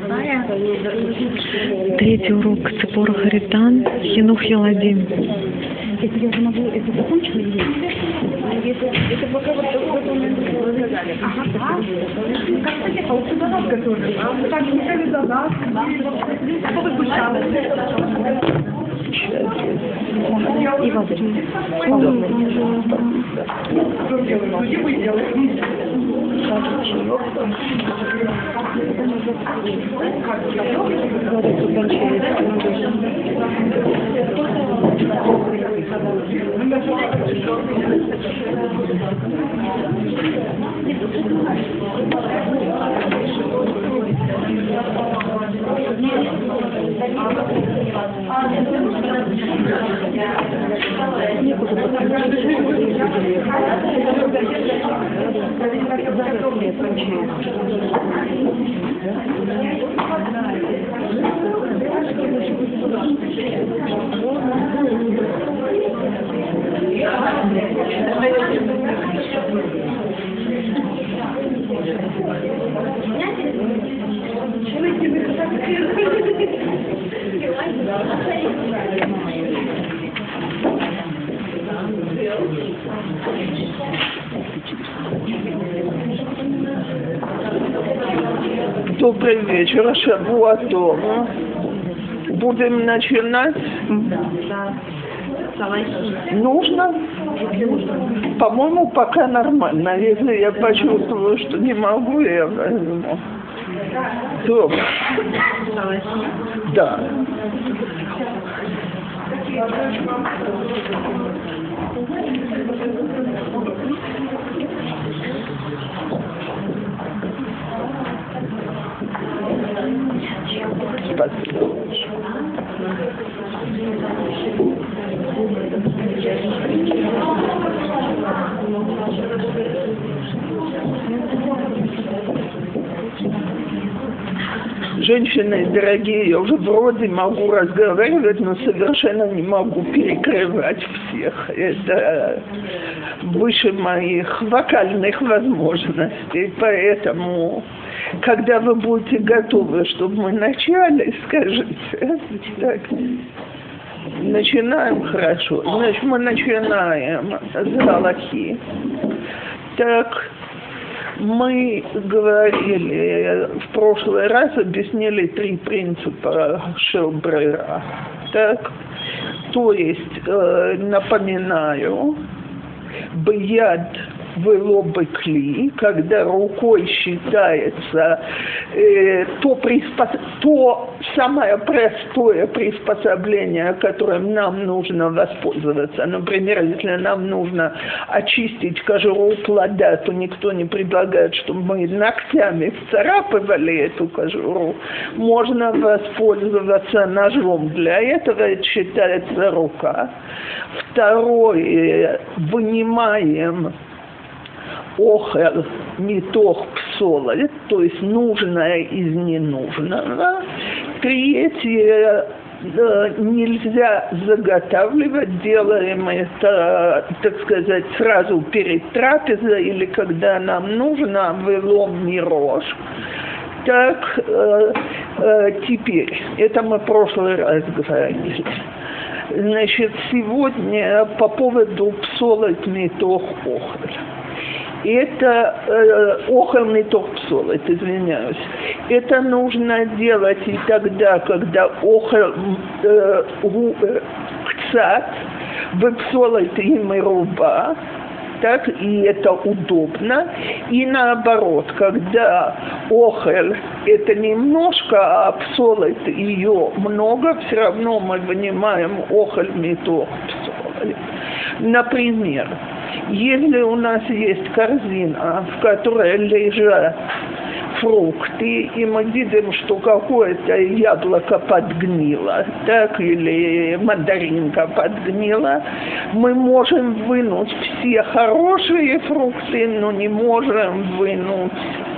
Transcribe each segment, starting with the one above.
Третий урок Ципора Харитан, Хинух Еладим. Если я же могу это закончить или нет? Это пока вот он рассказали. Ага. Как вот загадка тоже. Так, не загадка. Что вы писали? И воды. Добрый вечер, Шавуатов. Будем начинать? Нужно? По-моему, пока нормально. Если я почувствую, что не могу, я возьму. Стоп. Да. Спасибо. Женщины дорогие, я уже вроде могу разговаривать, но совершенно не могу перекрывать всех. Это выше моих вокальных возможностей. Поэтому, когда вы будете готовы, чтобы мы начали, скажите. Так. Начинаем хорошо. Значит, мы начинаем с галахи. Так. Мы говорили, в прошлый раз объяснили 3 принципа Шелбрера. Так, то есть, напоминаю, бьяд вылобы кли, когда рукой считается то самое простое приспособление, которым нам нужно воспользоваться. Например, если нам нужно очистить кожуру плода, то никто не предлагает, чтобы мы ногтями вцарапывали эту кожуру. Можно воспользоваться ножом. Для этого это считается рука. Второе, вынимаем охел митох псолы, то есть нужное из ненужного. Третье, нельзя заготавливать, делаем это, так сказать, сразу перед трапезой или когда нам нужно, вылом мирож. Так, теперь, это мы в прошлый раз говорили. Значит, сегодня по поводу псолот митох охел. Это охел митох псолот, извиняюсь. Это нужно делать и тогда, когда охел кцат, выпсолот им и руба, так, и это удобно. И наоборот, когда охел это немножко, а псолот ее много, все равно мы вынимаем охел митох псолот. Например, если у нас есть корзина, в которой лежат фрукты, и мы видим, что какое-то яблоко подгнило, так, или мандаринка подгнила, мы можем вынуть все хорошие фрукты, но не можем вынуть,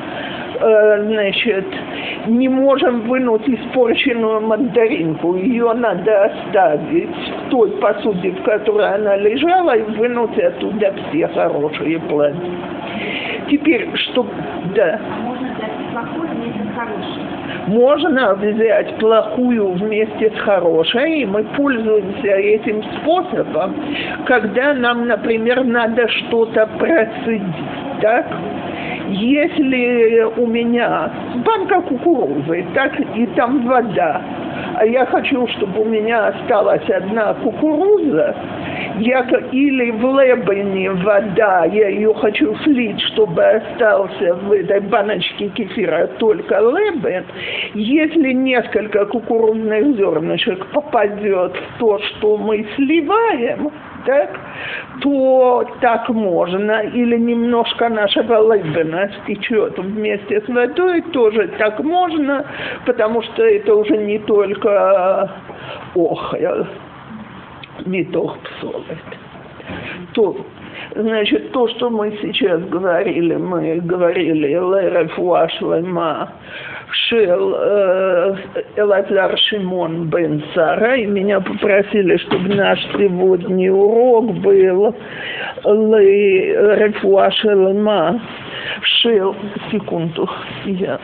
не можем вынуть испорченную мандаринку. Ее надо оставить в той посуде, в которой она лежала, и вынуть оттуда все хорошие плоды. Теперь, чтобы... Да. плохое вместе с хорошим. Можно взять плохую вместе с хорошей, и мы пользуемся этим способом, когда нам, например, надо что-то процедить, так? Если у меня банка кукурузы, так, и там вода, а я хочу, чтобы у меня осталась одна кукуруза, или в лебене вода, я ее хочу слить, чтобы остался в этой баночке кефира только лебен, если несколько кукурузных зернышек попадет в то, что мы сливаем, так, то так можно, или немножко нашего лебена стечет вместе с водой, тоже так можно, потому что это уже не только охель, митох псолет. То, значит, то, что мы сейчас говорили, мы говорили лерефуа шлема шел Элазар Шимон бен Сара, и меня попросили, чтобы наш сегодня урок был лерефуа шлема шел, секунду, я...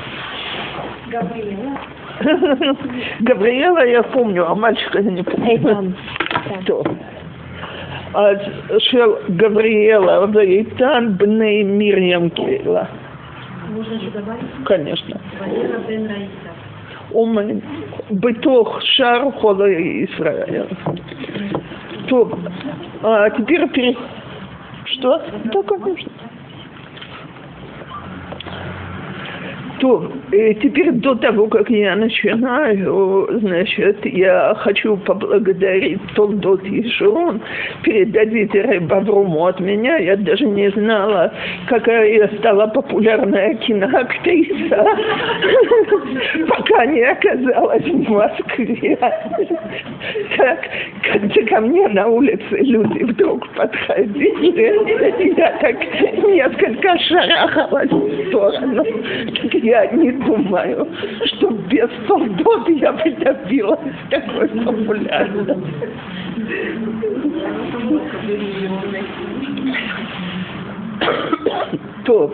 Гавриэла я помню, а мальчика я не помню. Кто? Шел Гавриэла Вейтан бней Мирьям Кейла. Можно еще добавить? Конечно. Валера бен Раиса. Омен бытох шар хола Исраэля. То, теперь что? Да, конечно. То, теперь до того, как я начинаю, значит, я хочу поблагодарить Толдот Ешурон, передать Реб Аврому от меня. Я даже не знала, какая я стала популярная киноактриса, пока не оказалась в Москве. Когда ко мне на улице люди вдруг подходили, я так несколько шарахалась в сторону. Я не думаю, что без солдат я бы добилась такой популярности. То.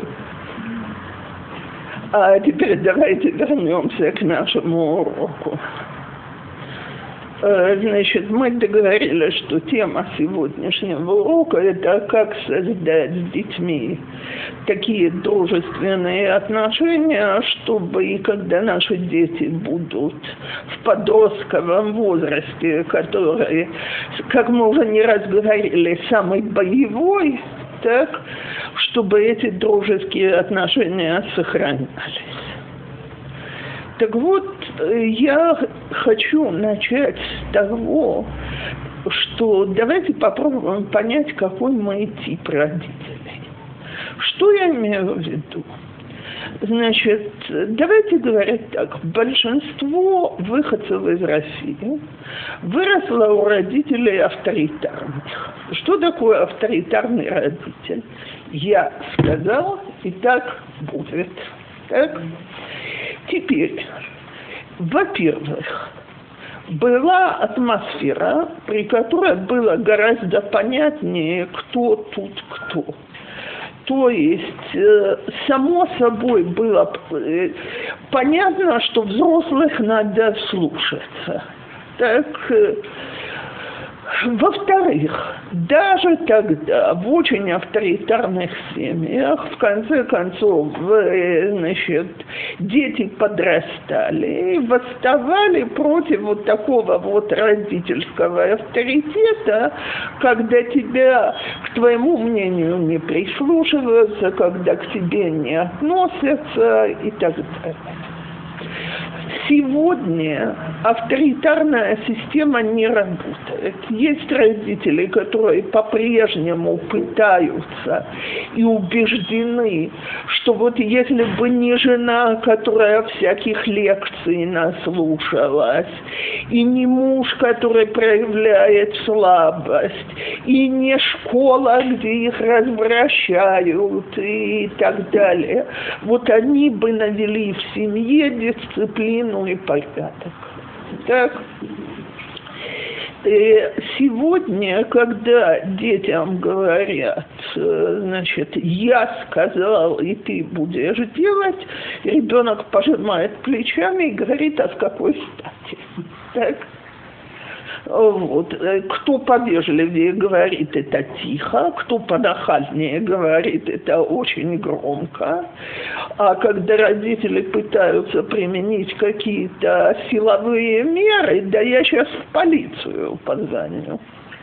А теперь давайте вернемся к нашему уроку. Значит, мы договорились, что тема сегодняшнего урока – это как создать с детьми такие дружественные отношения, чтобы и когда наши дети будут в подростковом возрасте, который, как мы уже не раз говорили, самый боевой, так, чтобы эти дружеские отношения сохранялись. Так вот, я хочу начать с того, что давайте попробуем понять, какой мы тип родителей. Что я имею в виду? Значит, давайте говорить так. Большинство выходцев из России выросло у родителей авторитарных. Что такое авторитарный родитель? Я сказал, и так будет. Так? Теперь, во-первых, была атмосфера, при которой было гораздо понятнее, кто тут кто. То есть, само собой было понятно, что взрослых надо слушаться. Так, во-вторых, даже тогда в очень авторитарных семьях, в конце концов, значит, дети подрастали и восставали против вот такого вот родительского авторитета, когда тебя к твоему мнению не прислушиваются, когда к тебе не относятся и так далее. Сегодня авторитарная система не работает. Есть родители, которые по-прежнему пытаются и убеждены, что вот если бы не жена, которая всяких лекций наслушалась, и не муж, который проявляет слабость, и не школа, где их развращают и так далее, вот они бы навели в семье дисциплину и порядок. Так. Сегодня, когда детям говорят, значит, я сказал, и ты будешь делать, ребенок пожимает плечами и говорит, а с какой стати? Так? Вот. Кто повежливее говорит это тихо, кто понахальнее говорит это очень громко. А когда родители пытаются применить какие-то силовые меры, да я сейчас в полицию позвоню.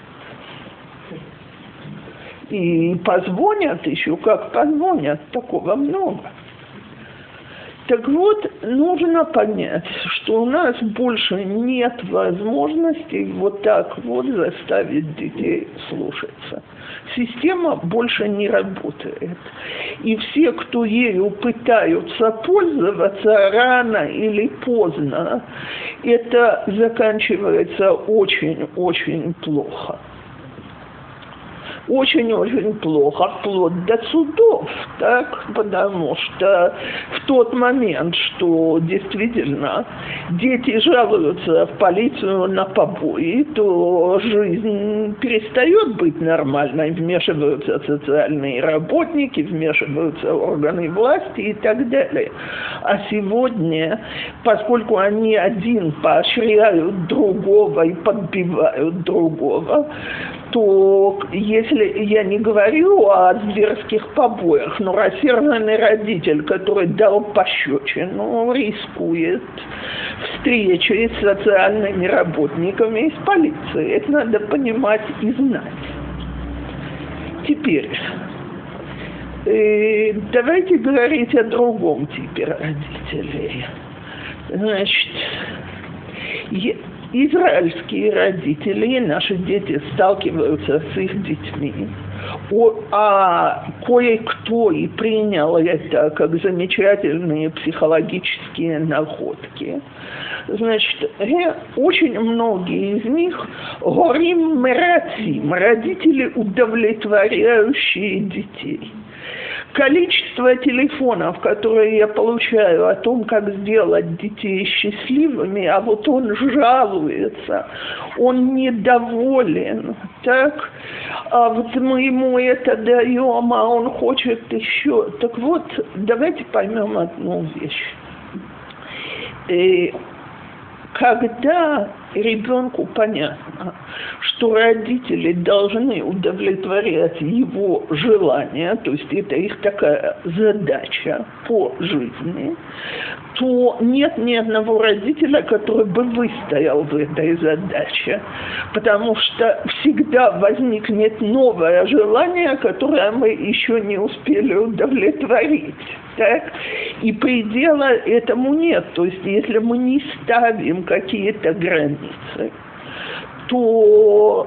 И позвонят еще, как позвонят, такого много. Так вот, нужно понять, что у нас больше нет возможности вот так вот заставить детей слушаться. Система больше не работает. И все, кто ею пытаются пользоваться рано или поздно, это заканчивается очень-очень плохо. Очень-очень плохо, вплоть до судов, так, потому что в тот момент, что действительно дети жалуются в полицию на побои, то жизнь перестает быть нормальной, вмешиваются социальные работники, вмешиваются органы власти и так далее. А сегодня, поскольку они один поощряют другого и подбивают другого, то если я не говорю о зверских побоях, но рассерженный родитель, который дал пощечину, рискует встречи с социальными работниками и с полицией. Это надо понимать и знать. Теперь, давайте говорить о другом типе родителей. Значит, израильские родители, наши дети сталкиваются с их детьми, а кое-кто и принял это как замечательные психологические находки. Значит, очень многие из них горим мерацим, родители, удовлетворяющие детей. Количество телефонов, которые я получаю о том, как сделать детей счастливыми, а вот он жалуется, он недоволен, так? А вот мы ему это даем, а он хочет еще. Так вот, давайте поймем одну вещь. Когда ребенку понятно, что родители должны удовлетворять его желания, то есть это их такая задача по жизни, то нет ни одного родителя, который бы выстоял в этой задаче, потому что всегда возникнет новое желание, которое мы еще не успели удовлетворить. Так? И предела этому нет. То есть, если мы не ставим какие-то границы, то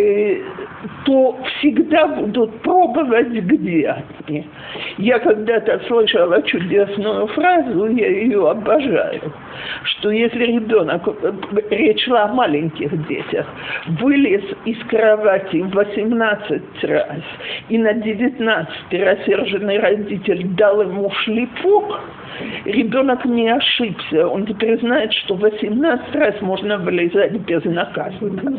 всегда будут пробовать, где они. Я когда-то слышала чудесную фразу, я ее обожаю, что если ребенок, речь шла о маленьких детях, вылез из кровати 18 раз, и на 19-й рассерженный родитель дал ему шлепок, ребенок не ошибся, он теперь знает, что 18 раз можно вылезать безнаказанно.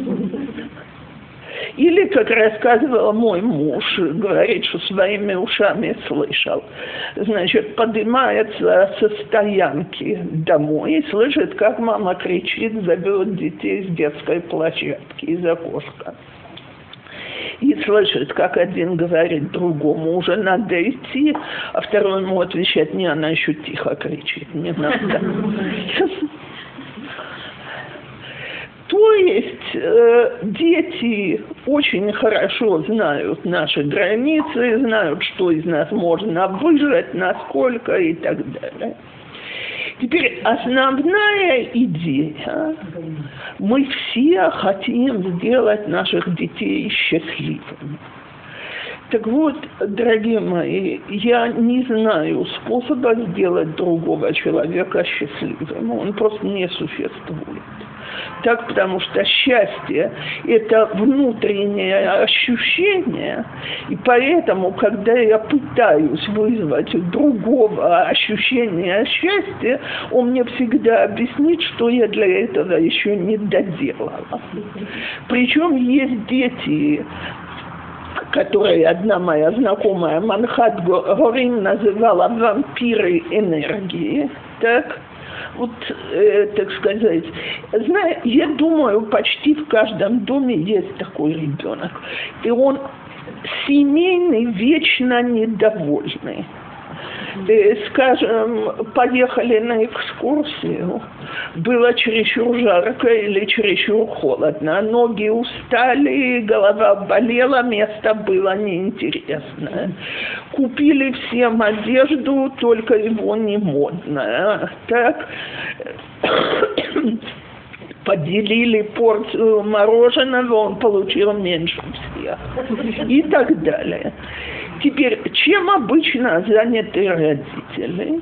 Или, как рассказывал мой муж, говорит, что своими ушами слышал, значит, поднимается со стоянки домой и слышит, как мама кричит, зовет детей с детской площадки из окошка. И слышит, как один говорит другому, уже надо идти, а второй ему отвечает, не, она еще тихо кричит, не надо. То есть дети очень хорошо знают наши границы, знают, что из нас можно выжать, насколько и так далее. Теперь основная идея. Мы все хотим сделать наших детей счастливыми. Так вот, дорогие мои, я не знаю способа сделать другого человека счастливым. Он просто не существует. Так, потому что счастье – это внутреннее ощущение, и поэтому, когда я пытаюсь вызвать у другого ощущение счастья, он мне всегда объяснит, что я для этого еще не доделала. Причем есть дети, которые одна моя знакомая Манхат Горин называла вампиры энергии, так? Вот, так сказать, я думаю, почти в каждом доме есть такой ребенок. И он семейный, вечно недовольный. Скажем, поехали на экскурсию, было чересчур жарко или чересчур холодно, ноги устали, голова болела, место было неинтересное. Купили всем одежду, только его не модно. Так? Поделили порцию мороженого, он получил меньше всех. И так далее. Теперь, чем обычно заняты родители?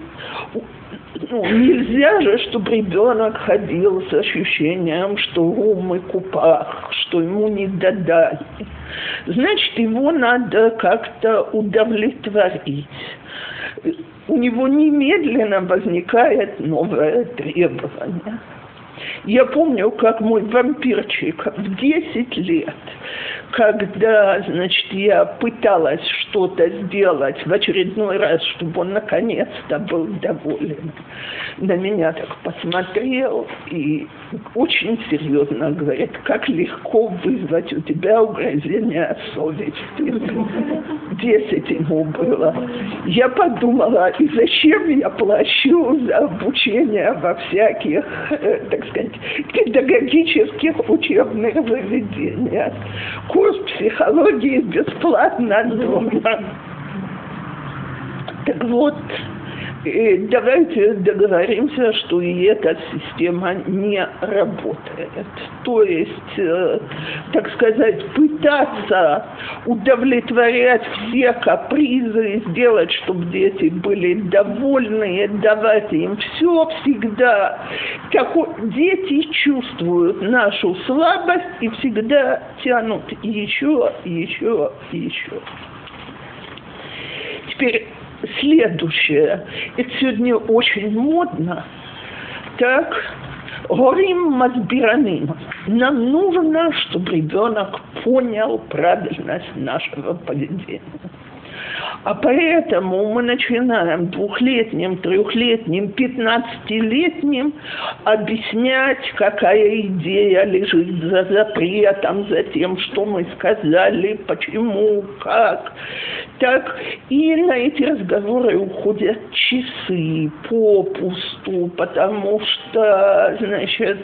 Нельзя же, чтобы ребенок ходил с ощущением, что ум и купах, что ему не додали. Значит, его надо как-то удовлетворить. У него немедленно возникает новое требование. Я помню, как мой вампирчик в 10 лет, когда, значит, я пыталась что-то сделать в очередной раз, чтобы он наконец-то был доволен, на меня так посмотрел и очень серьезно говорит, как легко вызвать у тебя угрызение совести. 10 ему было. Я подумала, и зачем я плачу за обучение во всяких, так сказать, педагогических учебных заведениях. Курс психологии бесплатно дома. Так вот, давайте договоримся, что и эта система не работает. То есть, так сказать, пытаться удовлетворять все капризы, сделать, чтобы дети были довольны, давать им все всегда. Дети чувствуют нашу слабость и всегда тянут еще. Теперь следующее. Это сегодня очень модно. Так, Горим Масбираным. Нам нужно, чтобы ребенок понял правильность нашего поведения. А поэтому мы начинаем 2-летним, 3-летним, 15-летним объяснять, какая идея лежит за запретом, за тем, что мы сказали, почему, как. Так, и на эти разговоры уходят часы попусту, потому что, значит,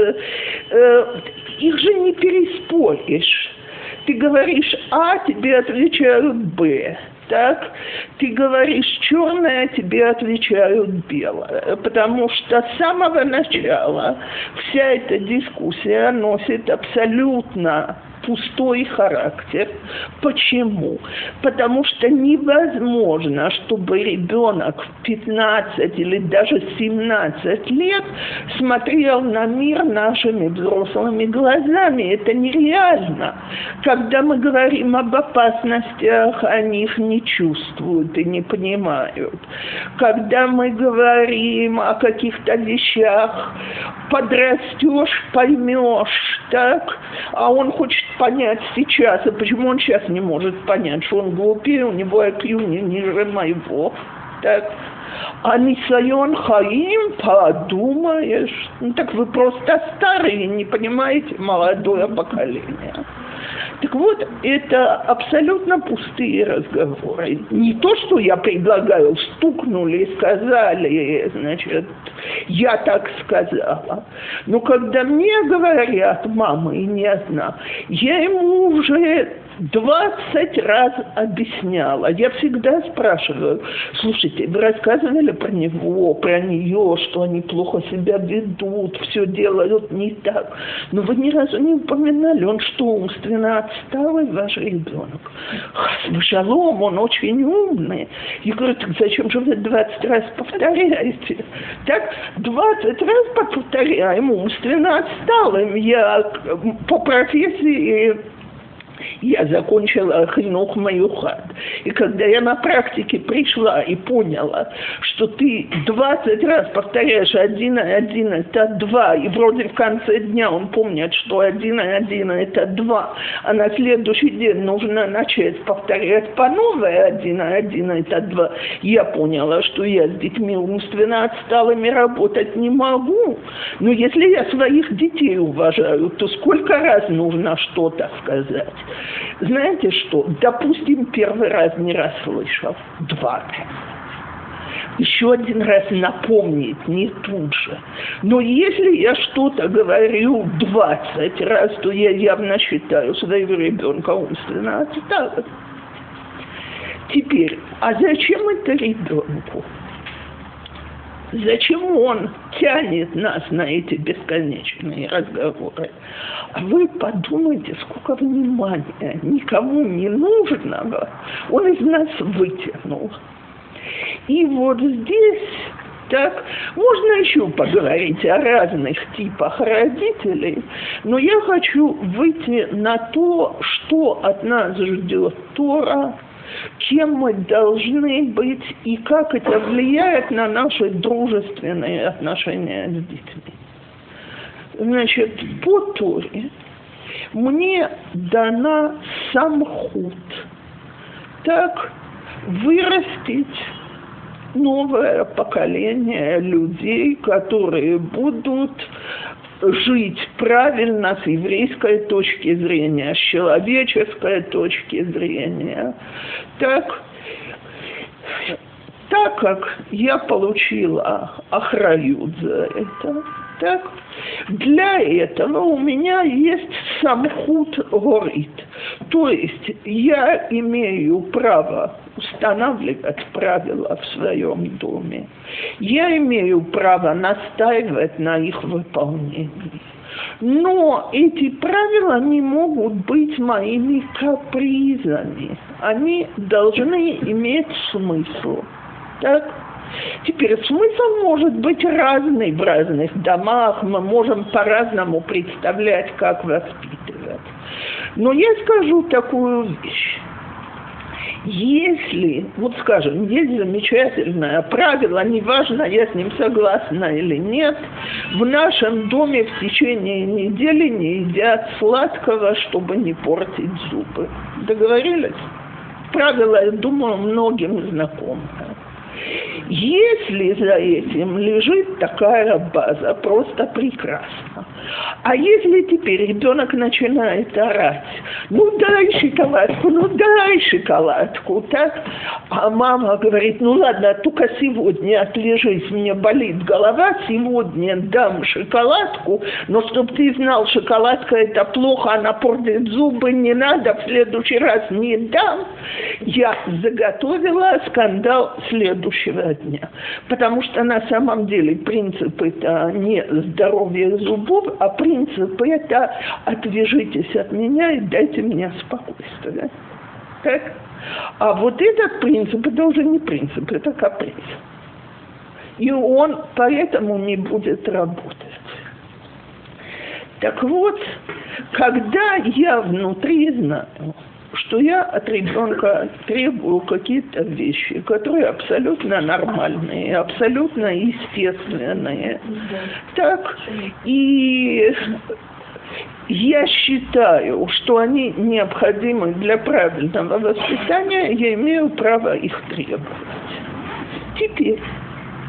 их же не переспоришь. Ты говоришь А, тебе отвечают Б. Так, ты говоришь черное, тебе отвечают белое. Потому что с самого начала вся эта дискуссия носит абсолютно пустой характер. Почему? Потому что невозможно, чтобы ребенок в 15 или даже 17 лет смотрел на мир нашими взрослыми глазами. Это нереально. Когда мы говорим об опасностях, они их не чувствуют и не понимают. Когда мы говорим о каких-то вещах, подрастешь, поймешь, так? А он хочет понять сейчас, а почему он сейчас не может понять, что он глупее, у него IQ не ниже моего, так? А Нисайон Хаим, подумаешь, так вы просто старые, не понимаете молодое поколение. Так вот, это абсолютно пустые разговоры. Не то, что я предлагаю, стукнули, сказали, значит, я так сказала. Но когда мне говорят, мама, и не одна, я ему уже 20 раз объясняла. Я всегда спрашиваю, слушайте, вы рассказывали про него, про нее, что они плохо себя ведут, все делают не так. Но вы ни разу не упоминали, он что, умственно отсталый ваш ребенок? Шалом, он очень умный. Я говорю, так зачем же вы 20 раз повторяете? Так, 20 раз повторяем умственно отсталым. Я по профессии... Я закончила хинух маюхад. И когда я на практике пришла и поняла, что ты 20 раз повторяешь 1 и 1 это 2, и вроде в конце дня он помнит, что 1 и 1 это 2, а на следующий день нужно начать повторять по новой 1 и 1 это 2, я поняла, что я с детьми умственно отсталыми работать не могу. Но если я своих детей уважаю, то сколько раз нужно что-то сказать? Знаете что? Допустим, первый раз не расслышал, 2 раза. Еще 1 раз напомнить, не тут же. Но если я что-то говорю 20 раз, то я явно считаю своего ребенка умственно отсталым. Теперь, а зачем это ребенку? Зачем он тянет нас на эти бесконечные разговоры? А вы подумайте, сколько внимания никому не нужного он из нас вытянул. И вот здесь, так, можно еще поговорить о разных типах родителей, но я хочу выйти на то, что от нас ждет Тора, кем мы должны быть и как это влияет на наши дружественные отношения с детьми. Значит, по Торе мне дана самхут, так, вырастить новое поколение людей, которые будут жить правильно с еврейской точки зрения, с человеческой точки зрения. Так как я получила охрают за это, так, для этого у меня есть самхут горит. То есть я имею право устанавливать правила в своем доме. Я имею право настаивать на их выполнении. Но эти правила не могут быть моими капризами. Они должны иметь смысл. Так? Теперь смысл может быть разный в разных домах, мы можем по-разному представлять, как воспитывать. Но я скажу такую вещь. Если, вот скажем, есть замечательное правило, неважно, я с ним согласна или нет, в нашем доме в течение недели не едят сладкого, чтобы не портить зубы. Договорились? Правило, я думаю, многим знакомое. Если за этим лежит такая база, просто прекрасно. А если теперь ребенок начинает орать, ну дай шоколадку, так? А мама говорит, ну ладно, только сегодня отлежись, мне болит голова, сегодня дам шоколадку, но чтобы ты знал, шоколадка это плохо, она портит зубы, не надо, в следующий раз не дам. Я заготовила скандал следующего дня. Потому что на самом деле принцип это не здоровье зубов, а принцип это отвяжитесь от меня и дайте мне спокойствие. Так? А вот этот принцип, это уже не принцип, это каприз. И он поэтому не будет работать. Так вот, когда я внутри знаю, что я от ребенка требую какие-то вещи, которые абсолютно нормальные, абсолютно естественные. Так, и я считаю, что они необходимы для правильного воспитания, я имею право их требовать. Теперь,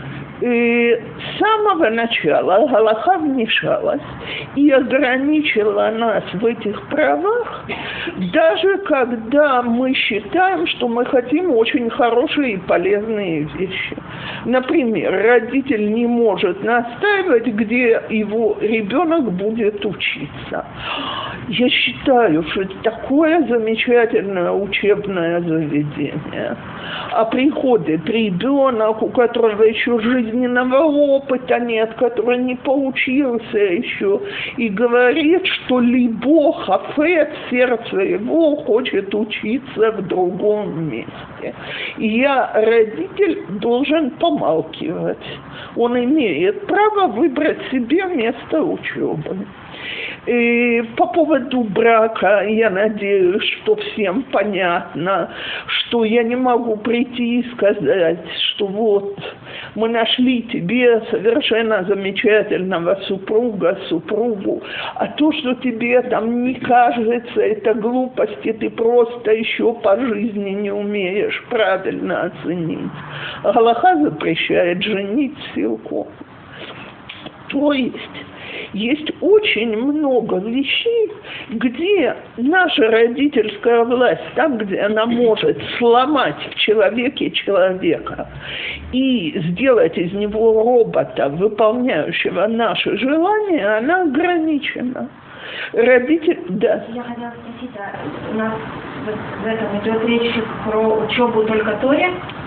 И с самого начала галаха вмешалась и ограничила нас в этих правах, даже когда мы считаем, что мы хотим очень хорошие и полезные вещи. Например, родитель не может настаивать, где его ребенок будет учиться. Я считаю, что это такое замечательное учебное заведение. А приходит ребенок, у которого еще жизненного опыта нет, который не поучился еще, и говорит, что либо хафет, сердце его хочет учиться в другом месте. И я, родитель, должен помалкивать. Он имеет право выбрать себе место учебы. И по поводу брака, я надеюсь, что всем понятно, что я не могу прийти и сказать, что вот мы нашли тебе совершенно замечательного супругу, а то, что тебе там не кажется, это глупости, ты просто еще по жизни не умеешь правильно оценить. Галаха запрещает женить силку. То есть очень много вещей, где наша родительская власть, там, где она может сломать в человеке человека и сделать из него робота, выполняющего наши желания, она ограничена. Родитель, да. Я хотела спросить, у нас в этом идет речь про учебу только Торе?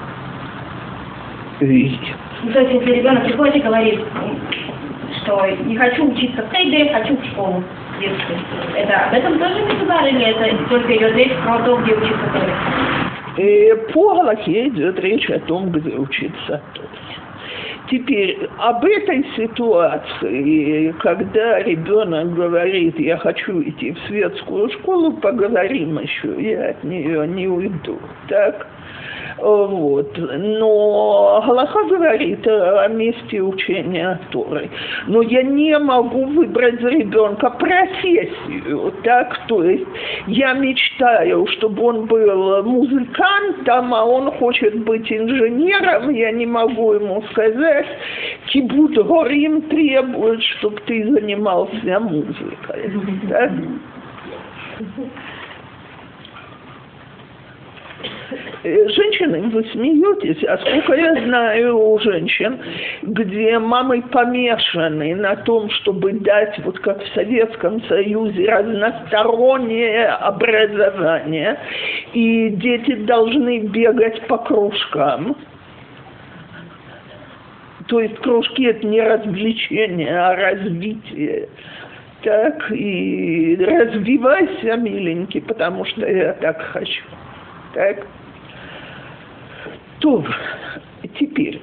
То есть, если ребенок приходит и говорит, что не хочу учиться в Хейдере, хочу в школу детскую. Это об этом тоже не или это только идет речь про то, где учиться Торе? По галахе идет речь о том, где учиться Торе. Теперь об этой ситуации, когда ребенок говорит, я хочу идти в светскую школу, поговорим еще, я от нее не уйду, так? Вот. Но галаха говорит о месте учения Торы. Но я не могу выбрать за ребенка профессию, так? То есть я мечтаю, чтобы он был музыкантом, а он хочет быть инженером, я не могу ему сказать, кибут горим требует, чтобы ты занимался музыкой, так? Женщины, вы смеетесь, а сколько я знаю у женщин, где мамы помешаны на том, чтобы дать, вот как в Советском Союзе, разностороннее образование, и дети должны бегать по кружкам. То есть кружки – это не развлечение, а развитие. Так, и развивайся, миленький, потому что я так хочу. Так. То, теперь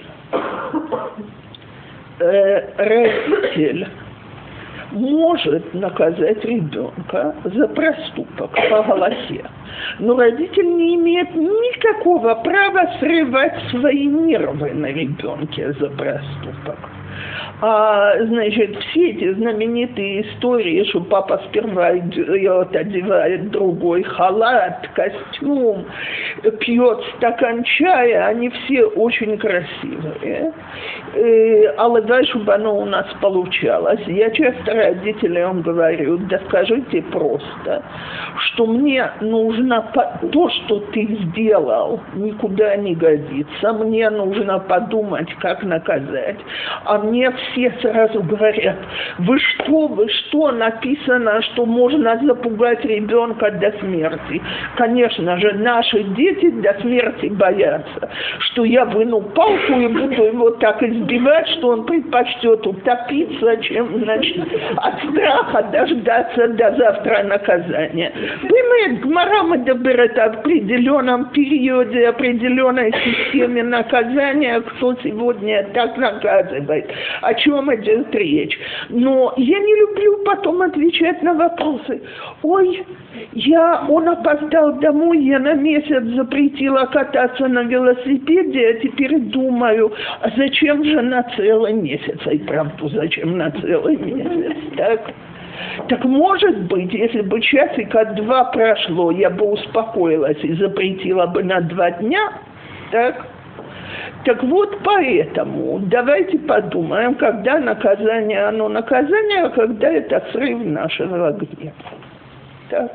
родитель может наказать ребенка за проступок по галахе, но родитель не имеет никакого права срывать свои нервы на ребенке за проступок. Значит, все эти знаменитые истории, что папа сперва одевает другой халат, костюм, пьет стакан чая, они все очень красивые. Аллах, чтобы оно у нас получалось. Я часто родителям говорю, да скажите просто, что мне нужно то, что ты сделал, никуда не годится. Мне нужно подумать, как наказать. А мне все сразу говорят, вы что, написано, что можно запугать ребенка до смерти. Конечно же, наши дети до смерти боятся, что я выну палку и буду его так избивать, что он предпочтет утопиться, чем, значит, от страха дождаться до завтра наказания. Понимаете, Гмара говорит о определенном периоде, определенной системе наказания, кто сегодня так наказывает. О чем идет речь. Но я не люблю потом отвечать на вопросы. Ой, он опоздал домой, я на месяц запретила кататься на велосипеде, а теперь думаю, а зачем же на целый месяц? И правду, зачем на целый месяц? Так может быть, если бы часика 2 прошло, я бы успокоилась и запретила бы на 2 дня, так? Так вот, поэтому давайте подумаем, когда наказание, оно наказание, а когда это срыв нашего гнева. Так.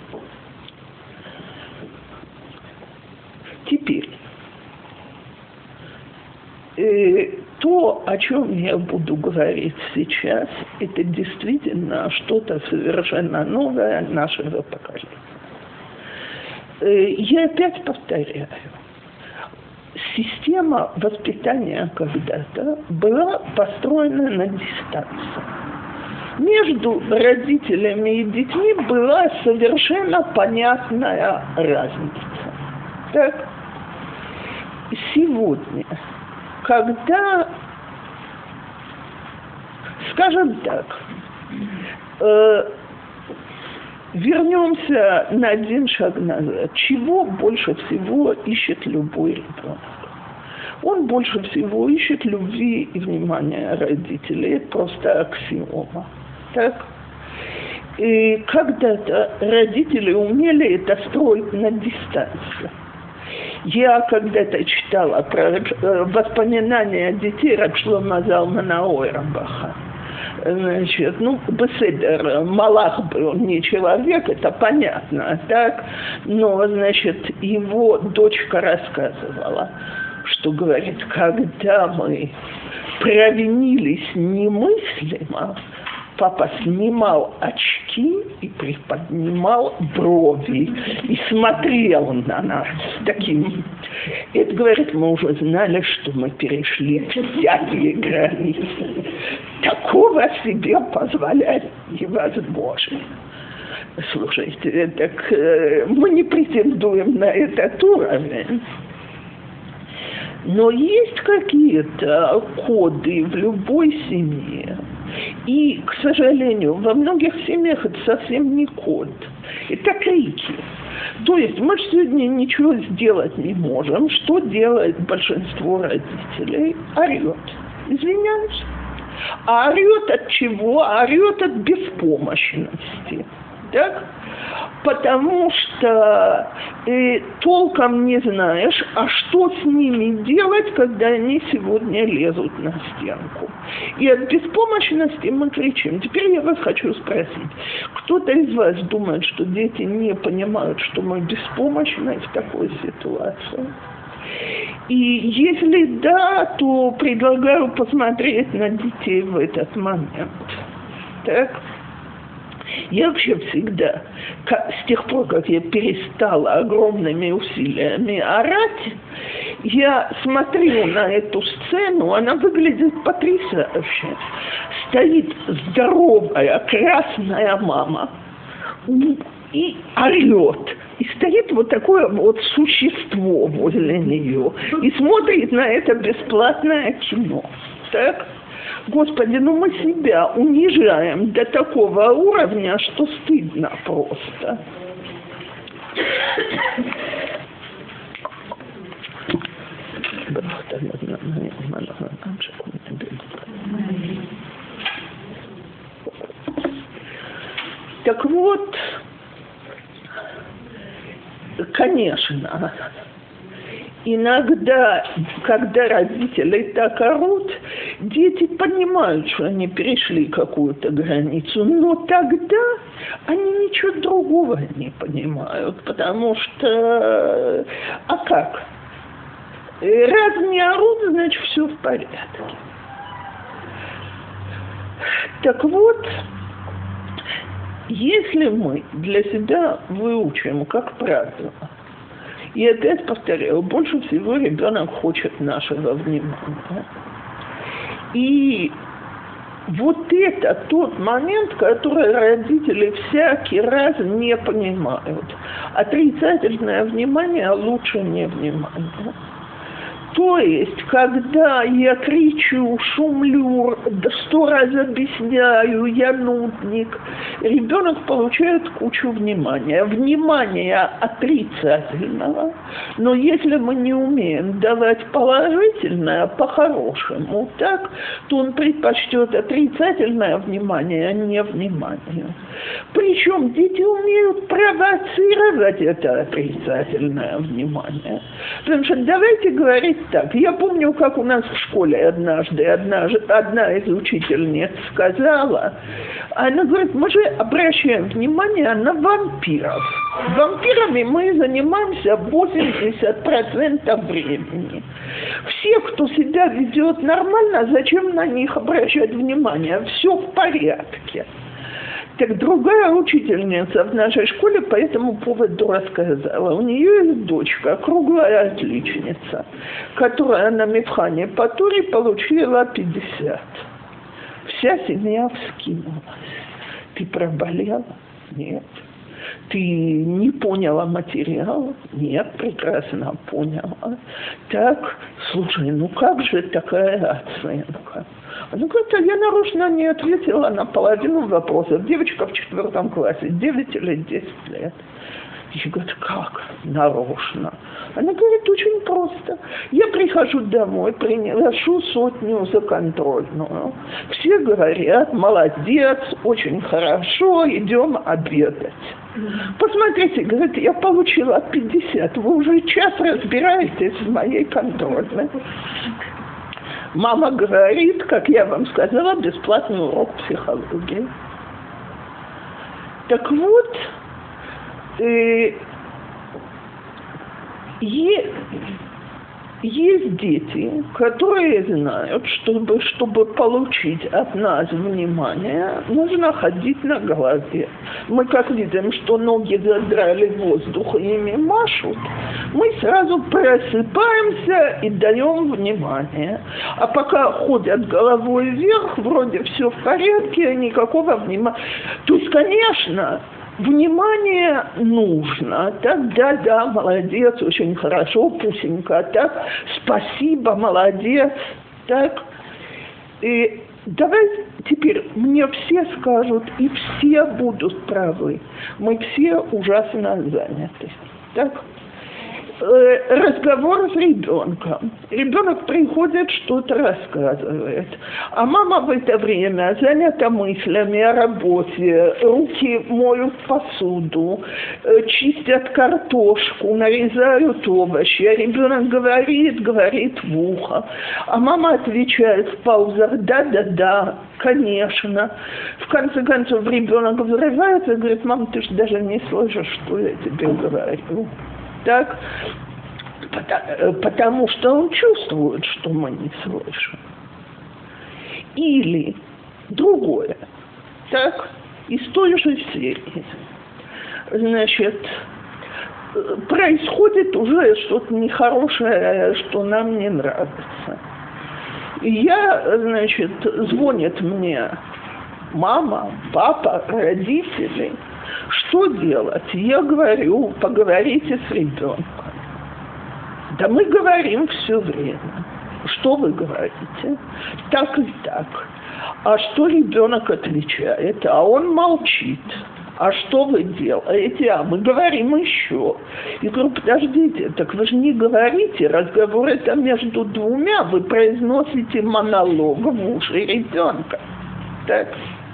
Теперь, то, о чем я буду говорить сейчас, это действительно что-то совершенно новое нашего поколения. Я опять повторяю. Система воспитания когда-то была построена на дистанции. Между родителями и детьми была совершенно понятная разница. Так? Сегодня, когда, скажем так, вернемся на один шаг назад. Чего больше всего ищет любой ребенок? Он больше всего ищет любви и внимания родителей. Это просто аксиома. Так? И когда-то родители умели это строить на дистанции. Я когда-то читала про воспоминания детей Рав Шломо Залмана Ойрбаха. Значит, Беседер, Малах был не человек, это понятно, так? Но, значит, его дочка рассказывала, что, говорит, когда мы провинились немыслимо, папа снимал очки и приподнимал брови и смотрел на нас таким. Это, говорит, мы уже знали, что мы перешли всякие границы. Такого себе позволять невозможно. Слушайте, так мы не претендуем на этот уровень. Но есть какие-то коды в любой семье. И, к сожалению, во многих семьях это совсем не код. Это крики. То есть мы же сегодня ничего сделать не можем. Что делает большинство родителей? Орет. Извиняюсь. А орет от чего? Орет от беспомощности. Так? Потому что толком не знаешь, а что с ними делать, когда они сегодня лезут на стенку. И от беспомощности мы кричим. Теперь я вас хочу спросить. Кто-то из вас думает, что дети не понимают, что мы беспомощны в такой ситуации? И если да, то предлагаю посмотреть на детей в этот момент. Так? Я вообще всегда, с тех пор, как я перестала огромными усилиями орать, я смотрю на эту сцену, она выглядит потрясающе. Стоит здоровая красная мама и орет. И стоит вот такое вот существо возле нее и смотрит на это бесплатное кино. Так? Господи, мы себя унижаем до такого уровня, что стыдно просто. Так вот, конечно, иногда, когда родители так орут, дети понимают, что они перешли какую-то границу, но тогда они ничего другого не понимают, потому что, а как? Раз не орут, значит, все в порядке. Так вот, если мы для себя выучим, как правило, и опять повторяю, больше всего ребенок хочет нашего внимания. И вот это тот момент, который родители всякий раз не понимают. Отрицательное внимание лучше не внимание. То есть, когда я кричу, шумлю, 100 раз объясняю, я нудник, ребенок получает кучу внимания. Внимания отрицательного, но если мы не умеем давать положительное по-хорошему, так, то он предпочтет отрицательное внимание, а не внимание. Причем дети умеют провоцировать это отрицательное внимание. Потому что давайте говорить так. Я помню, как у нас в школе однажды одна из учительниц сказала, она говорит, мы же обращаем внимание на вампиров. Вампирами мы занимаемся 80% времени. Все, кто себя ведет нормально, зачем на них обращать внимание? Все в порядке. Так другая учительница в нашей школе по этому поводу рассказала. У нее есть дочка, круглая отличница, которая на мивхане по Торе получила 50. Вся семья вскинулась. Ты проболела? Нет. Ты не поняла материал? Нет, прекрасно поняла. Так, слушай, ну как же такая оценка? Она говорит, а я нарочно не ответила на половину вопросов. Девочка в 4 классе, 9 или 10 лет. Я говорю, как нарочно? Она говорит, очень просто. Я прихожу домой, приношу 100 за контрольную. Все говорят, молодец, очень хорошо, идем обедать. Посмотрите, говорит, я получила 50, вы уже час разбираетесь в моей контрольной. Мама говорит, как я вам сказала, бесплатный урок психологии. Так вот, есть дети, которые знают, чтобы получить от нас внимание, нужно ходить на голове. Мы как видим, что ноги задрали в воздух и ими машут, мы сразу просыпаемся и даем внимание. А пока ходят головой вверх, вроде все в порядке, никакого внимания. То есть, конечно, внимание нужно. Так, да, молодец, очень хорошо, Пусенька. Так, спасибо, молодец. Так, и давай теперь мне все скажут, и все будут правы. Мы все ужасно заняты. Так? Разговор с ребенком. Ребенок приходит, что-то рассказывает. А мама в это время занята мыслями о работе, руки моют посуду, чистят картошку, нарезают овощи. А ребенок говорит в ухо. А мама отвечает в паузах, да, конечно. В конце концов ребенок взрывается и говорит, мам, ты же даже не слышишь, что я тебе говорю. Так, потому что он чувствует, что мы не слышим. Или другое, так, из той же серии. Значит, происходит уже что-то нехорошее, что нам не нравится. Значит, звонит мне мама, папа, родители. Что делать? Я говорю, поговорите с ребенком. Да мы говорим все время. Что вы говорите? Так и так. А что ребенок отвечает? А он молчит. А что вы делаете? А мы говорим еще. Я говорю, подождите, так вы же не говорите, разговор это между двумя, вы произносите монолог в уши ребенка. Так.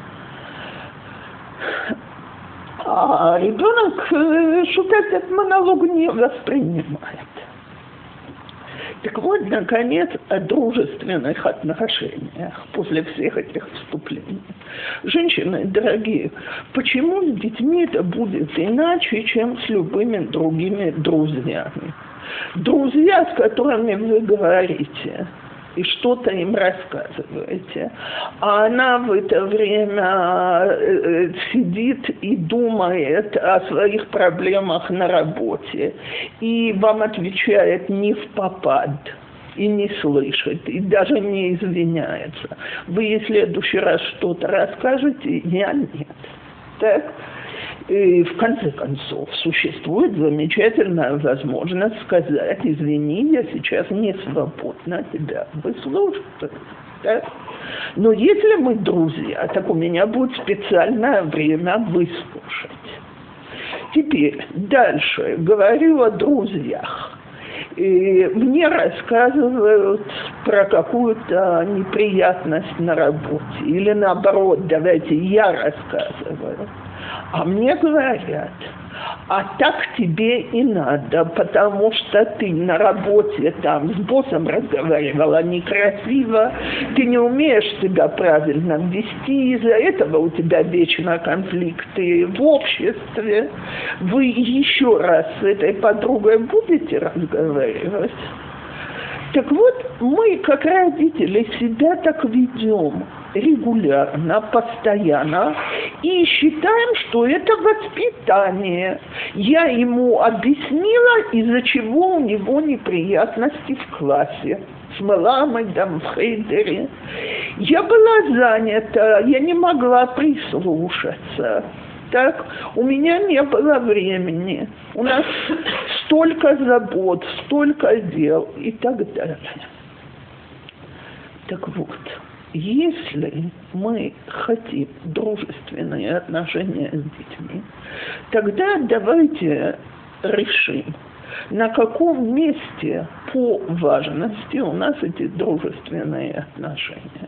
А ребенок что-то этот монолог не воспринимает. Так вот, наконец, о дружественных отношениях после всех этих вступлений. Женщины, дорогие, почему с детьми это будет иначе, чем с любыми другими друзьями? Друзья, с которыми вы говорите и что-то им рассказываете, а она в это время сидит и думает о своих проблемах на работе, и вам отвечает не впопад, и не слышит, и даже не извиняется. Вы ей в следующий раз что-то расскажете, я нет. Так? И в конце концов, существует замечательная возможность сказать, извини, я сейчас не свободна тебя выслушать. Да? Но если мы друзья, так у меня будет специальное время выслушать. Теперь дальше говорю о друзьях. И мне рассказывают про какую-то неприятность на работе. Или наоборот, давайте я рассказываю. А мне говорят, а так тебе и надо, потому что ты на работе там с боссом разговаривала некрасиво, ты не умеешь себя правильно вести, из-за этого у тебя вечно конфликты в обществе. Вы еще раз с этой подругой будете разговаривать? Так вот, мы, как родители, себя так ведем регулярно, постоянно, и считаем, что это воспитание. Я ему объяснила, из-за чего у него неприятности в классе. С Меламедом в хейдере. Я была занята, я не могла прислушаться. Так, у меня не было времени. У нас столько забот, столько дел и так далее. Так вот, если мы хотим дружественные отношения с детьми, тогда давайте решим, на каком месте по важности у нас эти дружественные отношения.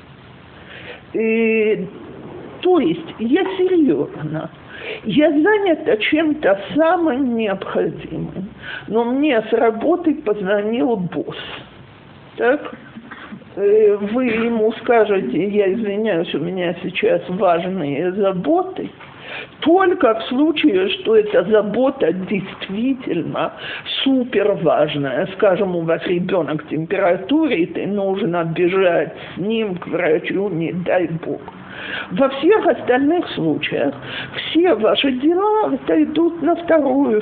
То есть я серьезно, я занята чем-то самым необходимым, но мне с работы позвонил босс. Так? Вы ему скажете, я извиняюсь, у меня сейчас важные заботы, только в случае, что эта забота действительно супер важная. Скажем, у вас ребенок в температуре, и нужно бежать с ним к врачу, не дай бог. Во всех остальных случаях все ваши дела отойдут на второй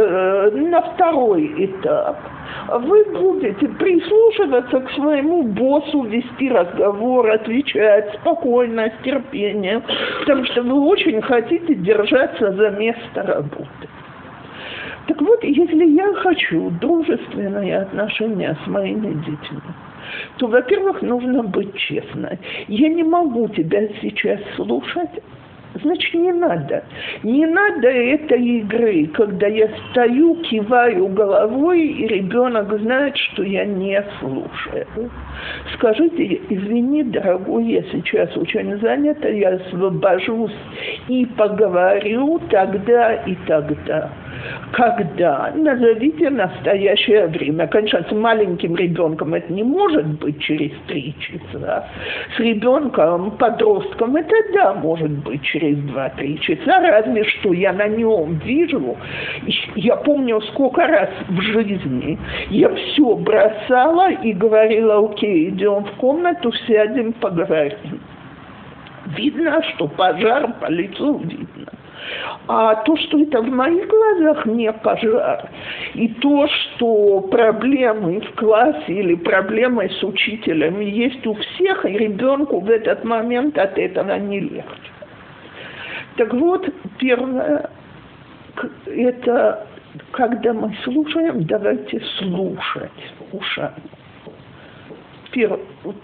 этап. Вы будете прислушиваться к своему боссу, вести разговор, отвечать спокойно, с терпением, потому что вы очень хотите держаться за место работы. Так вот, если я хочу дружественные отношения с моими детьми, то, во-первых, нужно быть честной. Я не могу тебя сейчас слушать, значит, не надо. Не надо этой игры, когда я стою, киваю головой, и ребенок знает, что я не слушаю. Скажите, извини, дорогой, я сейчас очень занята, я освобожусь и поговорю тогда и тогда. Когда? Назовите настоящее время. Конечно, с маленьким ребенком это не может быть через 3 часа. С ребенком, подростком, это да, может быть через 2-3 часа. Разве что я на нем вижу. Я помню, сколько раз в жизни я все бросала и говорила: окей, идем в комнату, сядем, поговорим. Видно, что пожар по лицу видно. А то, что это в моих глазах не пожар, и то, что проблемы в классе или проблемы с учителем есть у всех, и ребенку в этот момент от этого не легче. Так вот, первое, это когда мы слушаем, давайте слушать ушами. Первое.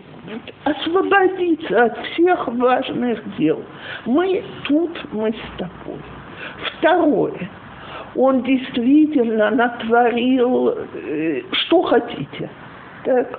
Освободиться от всех важных дел. Мы с тобой. Второе. Он действительно натворил, что хотите. Так?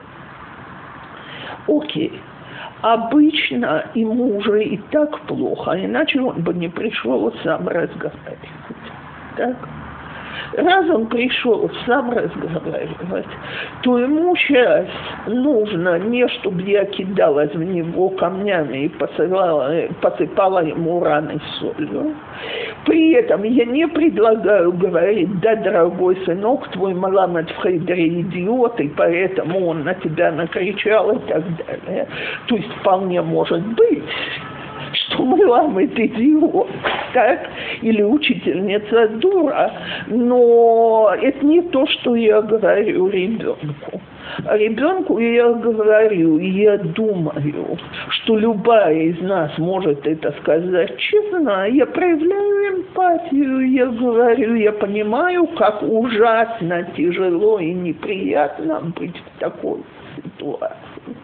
Окей. Обычно ему уже и так плохо, иначе он бы не пришел сам разговаривать. Так? Раз он пришел сам разговаривать, то ему сейчас нужно не чтобы я кидалась в него камнями и посыпала ему раны солью. При этом я не предлагаю говорить: да, дорогой сынок, твой Меламед в хейдере идиот, и поэтому он на тебя накричал и так далее. То есть вполне может быть, что Меламед идиот, так? Или учительница дура, но это не то, что я говорю ребенку. А ребенку я говорю, и я думаю, что любая из нас может это сказать честно. Я проявляю эмпатию, я говорю, я понимаю, как ужасно, тяжело и неприятно быть в такой ситуации.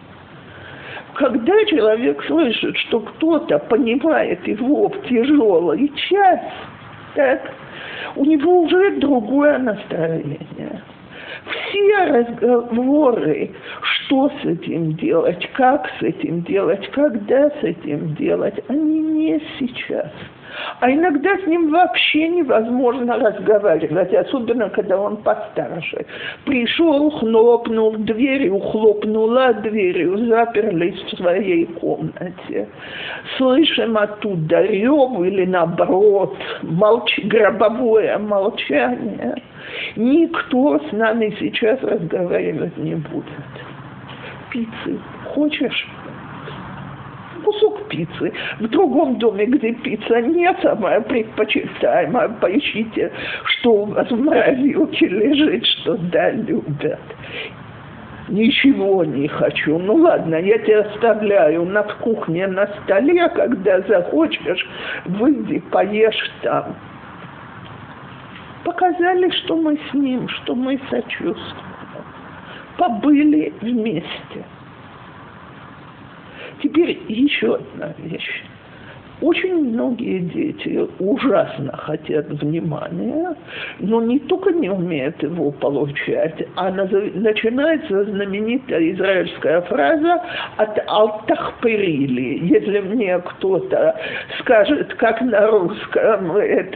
Когда человек слышит, что кто-то понимает его в тяжелый час, так, у него уже другое настроение. Все разговоры, что с этим делать, как с этим делать, когда с этим делать, они не сейчас. А иногда с ним вообще невозможно разговаривать, особенно когда он постарше. Пришел, хлопнул дверью, хлопнула дверью, заперлись в своей комнате. Слышим оттуда рев или наоборот гробовое молчание. Никто с нами сейчас разговаривать не будет. Пиццы хочешь? Кусок пиццы. В другом доме, где пицца не самая предпочитаемая, поищите, что у вас в морозилке лежит, что да, любят. Ничего не хочу. Ну ладно, я тебя оставляю на кухне на столе, когда захочешь, выйди, поешь там. Показали, что мы с ним, что мы сочувствуем. Побыли вместе. Теперь еще одна вещь. Очень многие дети ужасно хотят внимания, но не только не умеют его получать, а начинается знаменитая израильская фраза от «алтахперили». Если мне кто-то скажет, как на русском,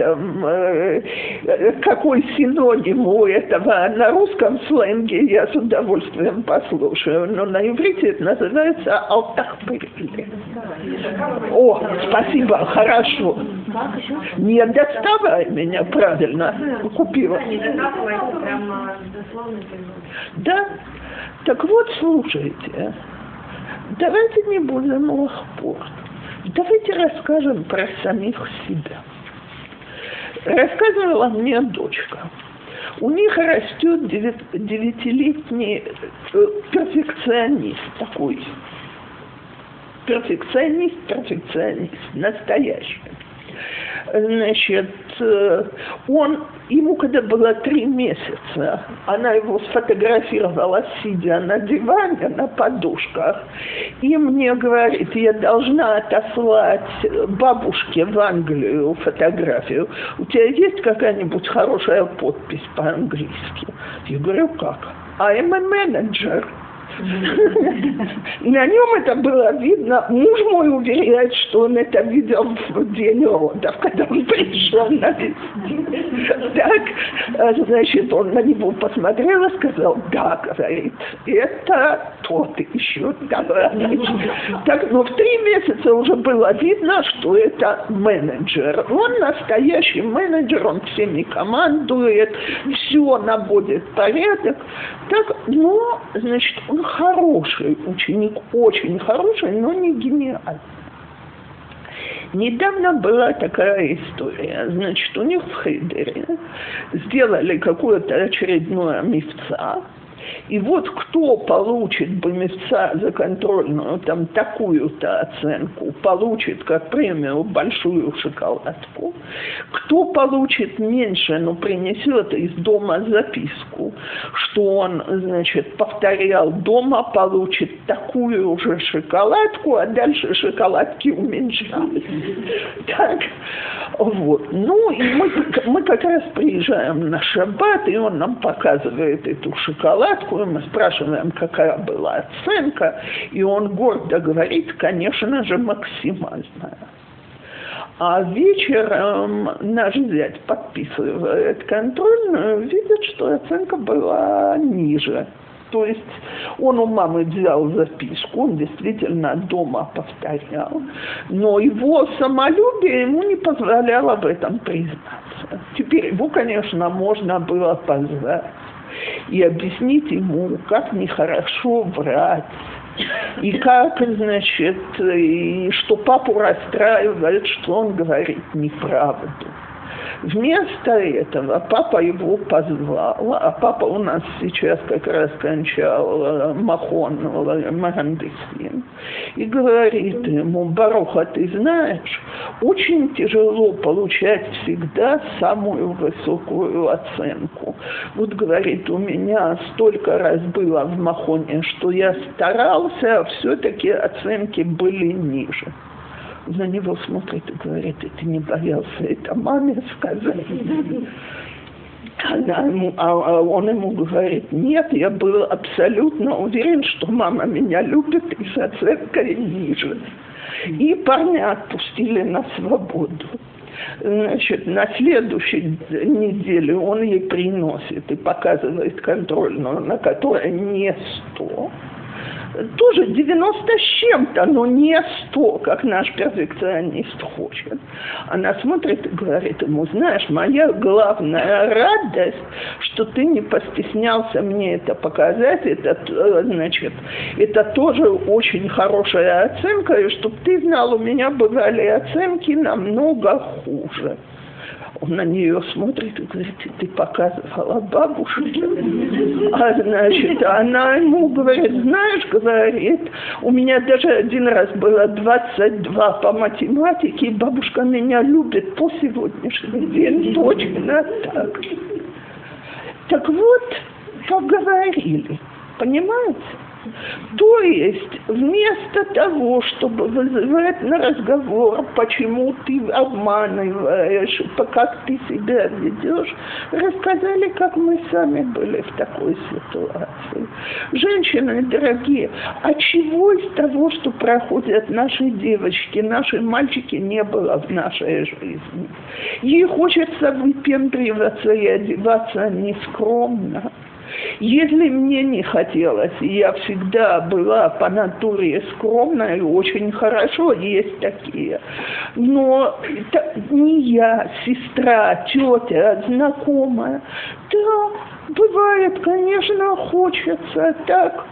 какой синоним у этого на русском сленге, я с удовольствием послушаю, но на иврите это называется «алтахперили». О, спасибо. Хорошо. Не доставай меня, правильно, купила. Да? Так вот, слушайте, давайте не будем лохпор. Давайте расскажем про самих себя. Рассказывала мне дочка. У них растет 9-летний перфекционист такой. Перфекционист, настоящий. Значит, ему когда было 3 месяца, она его сфотографировала, сидя на диване, на подушках, и мне говорит, я должна отослать бабушке в Англию фотографию. У тебя есть какая-нибудь хорошая подпись по-английски? Я говорю, как? I'm a manager. На нем это было видно. Муж мой уверяет, что он это видел в день родов, когда он пришел на визит. Так, значит, он на него посмотрел и сказал, да, говорит, это тот еще товарищ. Так, но в 3 месяца уже было видно, что это менеджер. Он настоящий менеджер, он всеми командует, все наводит порядок. Так, но, значит, он хороший ученик, очень хороший, но не гениальный. Недавно была такая история. Значит, у них в Хейдере сделали какое-то очередное мифца. И вот кто получит бомевца за контрольную, там, такую-то оценку, получит как премию большую шоколадку. Кто получит меньше, но принесет из дома записку, что он, значит, повторял дома, получит такую же шоколадку, а дальше шоколадки уменьшались. Так, вот. Ну, и мы как раз приезжаем на шаббат, и он нам показывает эту шоколадку, и мы спрашиваем, какая была оценка, и он гордо говорит, конечно же, максимальная. А вечером наш зять подписывает контрольную, видит, что оценка была ниже. То есть он у мамы взял записку, он действительно дома повторял, но его самолюбие ему не позволяло в этом признаться. Теперь его, конечно, можно было позвать и объяснить ему, как нехорошо врать, и как, значит, и что папу расстраивает, что он говорит неправду. Вместо этого папа его позвал, а папа у нас сейчас как раз кончал Махон Магандысин, и говорит ему, Баруха, ты знаешь, очень тяжело получать всегда самую высокую оценку. Вот, говорит, у меня столько раз было в Махоне, что я старался, а все-таки оценки были ниже. На него смотрит и говорит, и ты не боялся это маме сказать? Он ему говорит: нет, я был абсолютно уверен, что мама меня любит и с оценкой ниже. И парня отпустили на свободу. Значит, на следующей неделе он ей приносит и показывает контрольную, на которой не 100. Тоже 90 с чем-то, но не 100, как наш перфекционист хочет. Она смотрит и говорит ему: знаешь, моя главная радость, что ты не постеснялся мне это показать, это тоже очень хорошая оценка, и чтобы ты знал, у меня бывали оценки намного хуже. Он на нее смотрит и говорит: ты показывала бабушке? Она ему говорит: знаешь, говорит, у меня даже один раз было 22 по математике, и бабушка меня любит по сегодняшний день точно так. Так вот, поговорили, понимаете? То есть, вместо того, чтобы вызывать на разговор, почему ты обманываешь, как ты себя ведешь, рассказали, как мы сами были в такой ситуации. Женщины дорогие, а чего из того, что проходят наши девочки, наши мальчики, не было в нашей жизни? Ей хочется выпендриваться и одеваться нескромно. Если мне не хотелось, и я всегда была по натуре скромной, очень хорошо, есть такие. Но это не я, сестра, тетя, знакомая. Да, бывает, конечно, хочется так.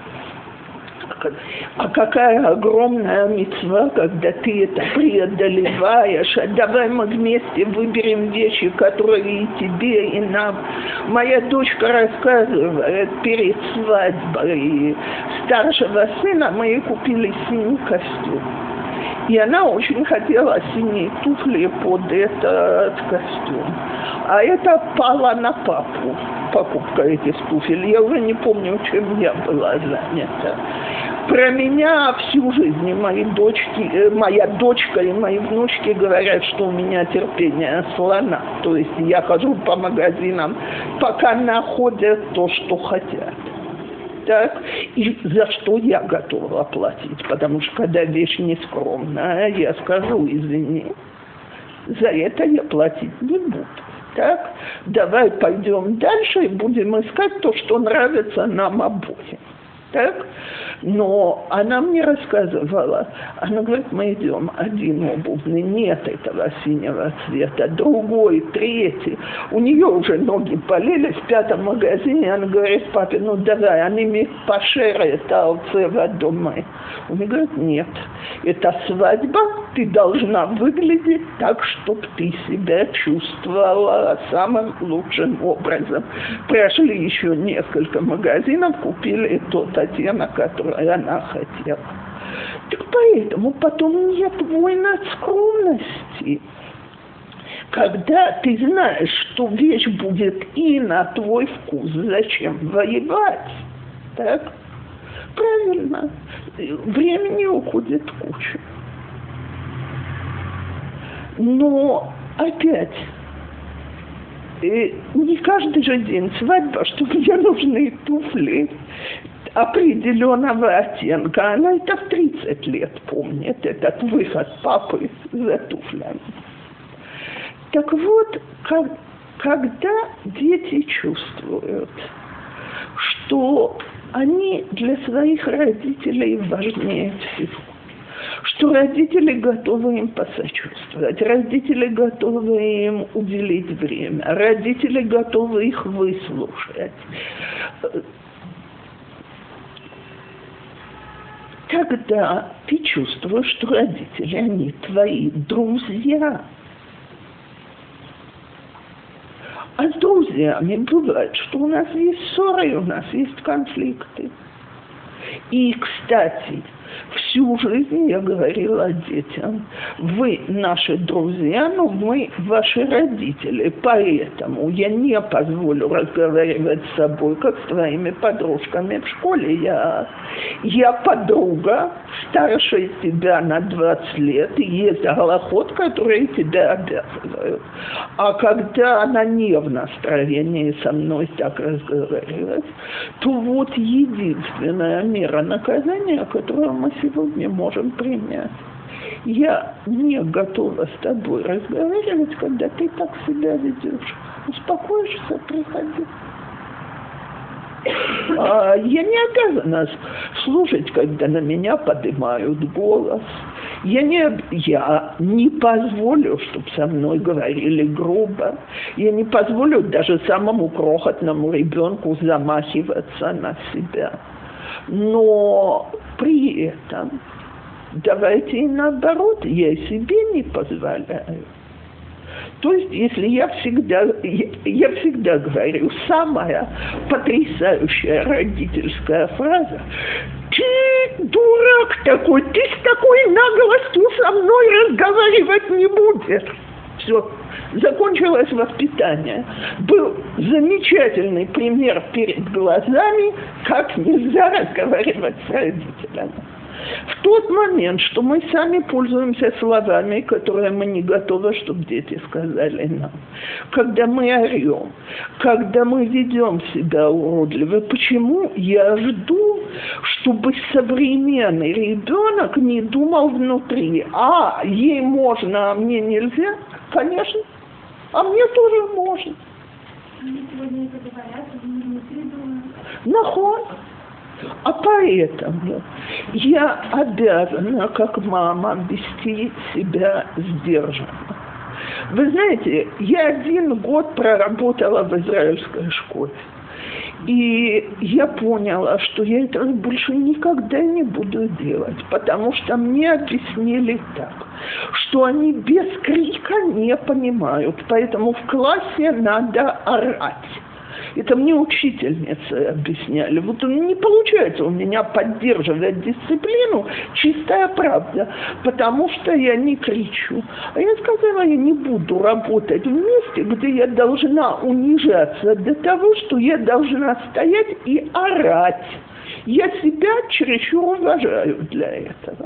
А какая огромная мицва, когда ты это преодолеваешь. А давай мы вместе выберем вещи, которые и тебе, и нам. Моя дочка рассказывает, перед свадьбой старшего сына мы ей купили синий костюм. И она очень хотела синие туфли под этот костюм. А это пало на папу, покупка этих туфель. Я уже не помню, чем я была занята. Про меня всю жизнь моя дочка и мои внучки говорят, что у меня терпение слона. То есть я хожу по магазинам, пока находят то, что хотят. Так, и за что я готова платить? Потому что когда вещь нескромная, я скажу: извини, за это я платить не буду. Так, давай пойдем дальше и будем искать то, что нравится нам обоим. Так? Но она мне рассказывала, она говорит: мы идем, один обувный, нет этого синего цвета, другой, третий. У нее уже ноги болели в 5-м магазине, она говорит: папе, ну давай, они мне пошерят алцева дома. Он мне говорит: нет, это свадьба, ты должна выглядеть так, чтобы ты себя чувствовала самым лучшим образом. Прошли еще несколько магазинов, купили тот оттенок, который она хотела. Так поэтому потом нет войны скромности. Когда ты знаешь, что вещь будет и на твой вкус, зачем воевать? Так? Правильно. Времени уходит куча. Но опять, не каждый же день свадьба, что мне нужны туфли определенного оттенка. Она это в 30 лет помнит, этот выход папы за туфлями. Так вот, когда дети чувствуют, что они для своих родителей важнее всего, что родители готовы им посочувствовать, родители готовы им уделить время, родители готовы их выслушать, тогда ты чувствуешь, что родители, они твои друзья. А с друзьями бывает, что у нас есть ссоры, у нас есть конфликты. И, кстати, Всю жизнь я говорила детям: вы наши друзья, но мы ваши родители, поэтому я не позволю разговаривать с собой, как с твоими подружками в школе. Я подруга, старше тебя на 20 лет, и есть галахот, которые тебя обязывают. А когда она не в настроении со мной так разговаривать, то вот единственная мера наказания, которую мы сегодня можем принять. Я не готова с тобой разговаривать, когда ты так себя ведешь. Успокоишься, приходи. Я не обязана слушать, когда на меня поднимают голос. Я не позволю, чтобы со мной говорили грубо. Я не позволю даже самому крохотному ребенку замахиваться на себя. Но при этом давайте и наоборот, я и себе не позволяю. То есть, если я всегда говорю, самая потрясающая родительская фраза: ты дурак такой, ты с такой наглостью со мной разговаривать не будешь. Все, закончилось воспитание. Был замечательный пример перед глазами, как нельзя разговаривать с родителями. В тот момент, что мы сами пользуемся словами, которые мы не готовы, чтобы дети сказали нам. Когда мы орем, когда мы ведем себя уродливо. Почему я жду, чтобы современный ребенок не думал внутри: ей можно, а мне нельзя? Конечно. А мне тоже можно. Они сегодня это говорят, они внутри думают. Нахуй. А поэтому я обязана, как мама, вести себя сдержанно. Вы знаете, я 1 год проработала в израильской школе. И я поняла, что я этого больше никогда не буду делать, потому что мне объяснили так, что они без крика не понимают, поэтому в классе надо орать. Это мне учительницы объясняли. Вот не получается у меня поддерживать дисциплину, чистая правда, потому что я не кричу. А я сказала, я не буду работать в месте, где я должна унижаться до того, что я должна стоять и орать. Я себя чересчур уважаю для этого.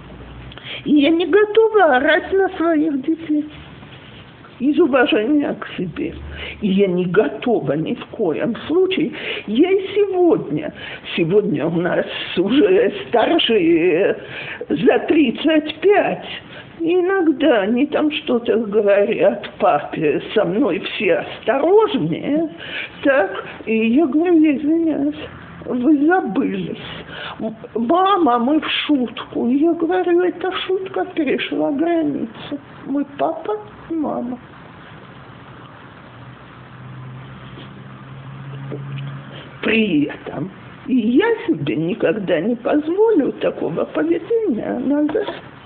И я не готова орать на своих детей. Из уважения к себе. И я не готова ни в коем случае. Я и сегодня у нас уже старшие за 35. И иногда они там что-то говорят папе, со мной все осторожнее. Так, и я говорю, я извиняюсь. Вы забылись. Мама, мы в шутку. И я говорю, эта шутка перешла границу. Мы папа и мама. При этом и я себе никогда не позволю такого поведения назад.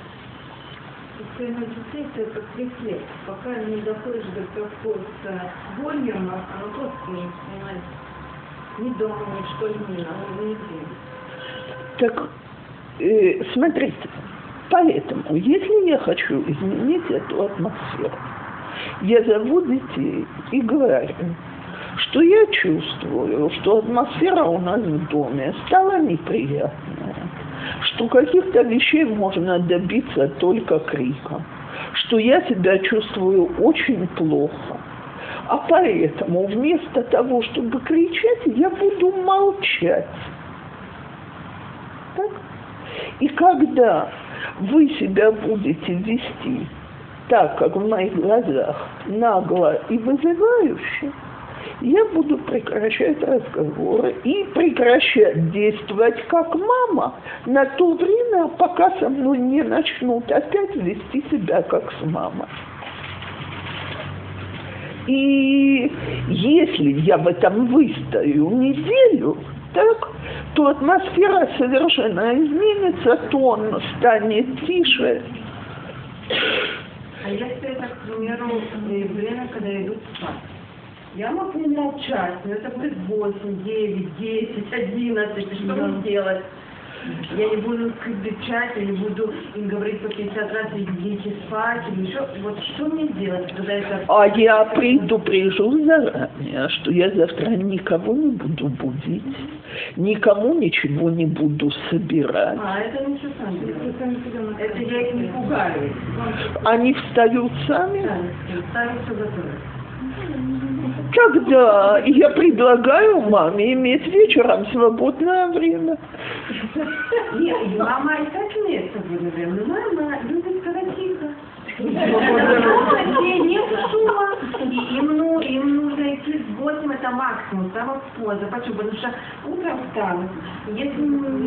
Это как рефлекс. Пока не доходишь до какого-то вольюма, оно просто не понимает. Не дома, ни в школе, ни на улице. Так, смотрите, поэтому, если я хочу изменить эту атмосферу, я зову детей и говорю, что я чувствую, что атмосфера у нас в доме стала неприятная, что каких-то вещей можно добиться только криком, что я себя чувствую очень плохо. А поэтому вместо того, чтобы кричать, я буду молчать. Так? И когда вы себя будете вести так, как в моих глазах, нагло и вызывающе, я буду прекращать разговоры и прекращать действовать как мама на то время, пока со мной не начнут опять вести себя как с мамой. И если я в этом выстою неделю, так, то атмосфера совершенно изменится, тон станет тише. А если это, к примеру, время, когда идут спать? Я могу молчать, но это будет 8, 9, 10, 11, что мне делать? я не буду кричать, я не буду им говорить по 50 раз, идите спать, или еще. Вот что мне делать, когда это... А я предупрежу заранее, что я завтра никого не буду будить, никому ничего не буду собирать. А, это ничего сам делать. Это я их не пугаю. Они встают сами? Ставим все готово. Тогда я предлагаю маме иметь вечером свободное время. Нет, мама и так имеет свободное время, но мама любит сказать тихо. Нет шума, им нужно идти в 8, это максимум, самое поздно. Почему? Потому что утром встанут, если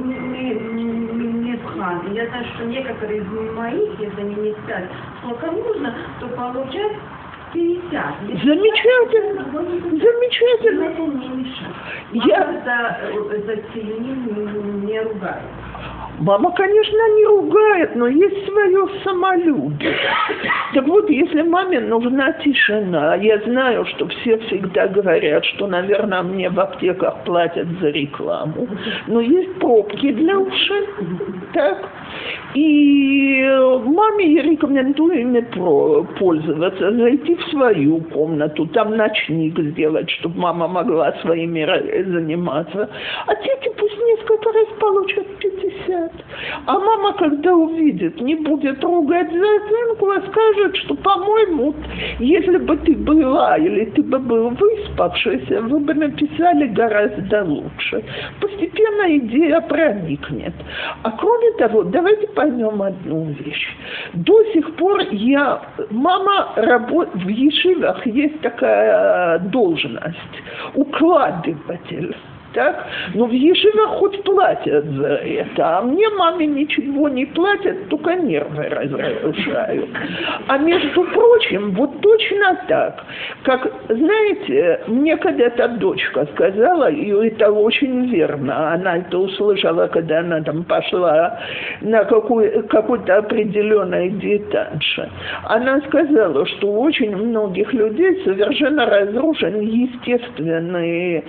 не спят, я знаю, что некоторые из моих, если они не спят, сколько нужно, то получать 50. Замечательно, замечательно. Это не мешает. Я... Мама за циюнизм не ругает. Мама, конечно, не ругает, но есть свое самолюбие. Так вот, если маме нужна тишина, я знаю, что все всегда говорят, что, наверное, мне в аптеках платят за рекламу, но есть пробки для ушей, так? И маме я рекомендую ими пользоваться, зайти в свою комнату, там ночник сделать, чтобы мама могла своими заниматься. А дети пусть несколько раз получат 50. А мама, когда увидит, не будет ругать за оценку, а скажет, что, по-моему, если бы ты была или ты бы был выспавшийся, вы бы написали гораздо лучше. Постепенно идея проникнет. А кроме того, давайте поймем одну вещь. До сих пор мама работает, в ешивах есть такая должность, укладыватель. Так? Но в ешивах хоть платят за это, а мне маме ничего не платят, только нервы разрушают. А между прочим, вот точно так, как, знаете, мне когда-то дочка сказала, и это очень верно, она это услышала, когда она там пошла на какой-то определенной диетанше. Она сказала, что у очень многих людей совершенно разрушен естественное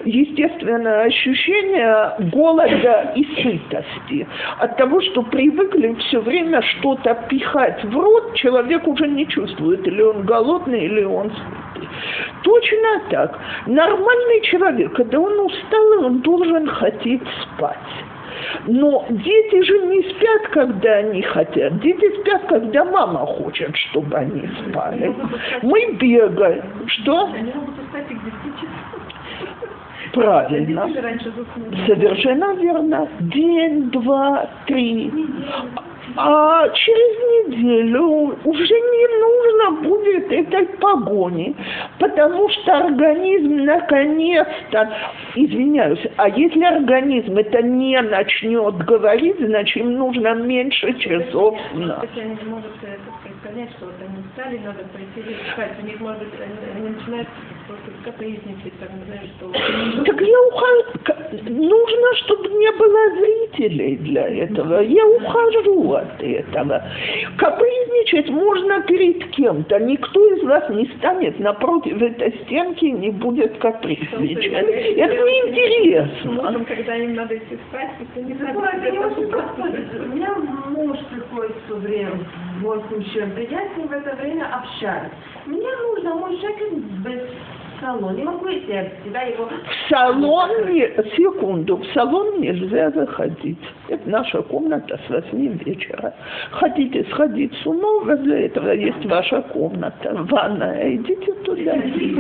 ощущение голода и сытости. От того, что привыкли все время что-то пихать в рот, человек уже не чувствует, или он голодный, или он сытый. Точно так. Нормальный человек, когда он устал, он должен хотеть спать. Но дети же не спят, когда они хотят. Дети спят, когда мама хочет, чтобы они спали. Мы бегаем. Что? Они могут устать и к 10 часам. Правильно. Совершенно верно. День, 2, 3. А через неделю уже не нужно будет этой погони, потому что организм наконец-то, извиняюсь, а если организм это не начнет говорить, значит им нужно меньше часов сна. Если они не могут понять, что вот они устали, надо пойти спать. У них, может быть, они начинают просто капризничать, там, не знаю, что... Так я ухожу. Нужно, чтобы не было зрителей для этого. Я ухожу от этого. Капризничать можно перед кем-то. Никто из вас не станет напротив этой стенки и не будет капризничать. Это неинтересно. Когда им надо идти спать, это не надо. У меня муж приходит все время в 8 чем-то. Я с ним в это время общаюсь. Мне нужно мой шекель в салон. Не могу идти от себя его... В салон, секунду, в салон нельзя заходить. Это наша комната с 8 вечера. Хотите сходить с ума, возле этого есть ваша комната, ванная. Идите туда.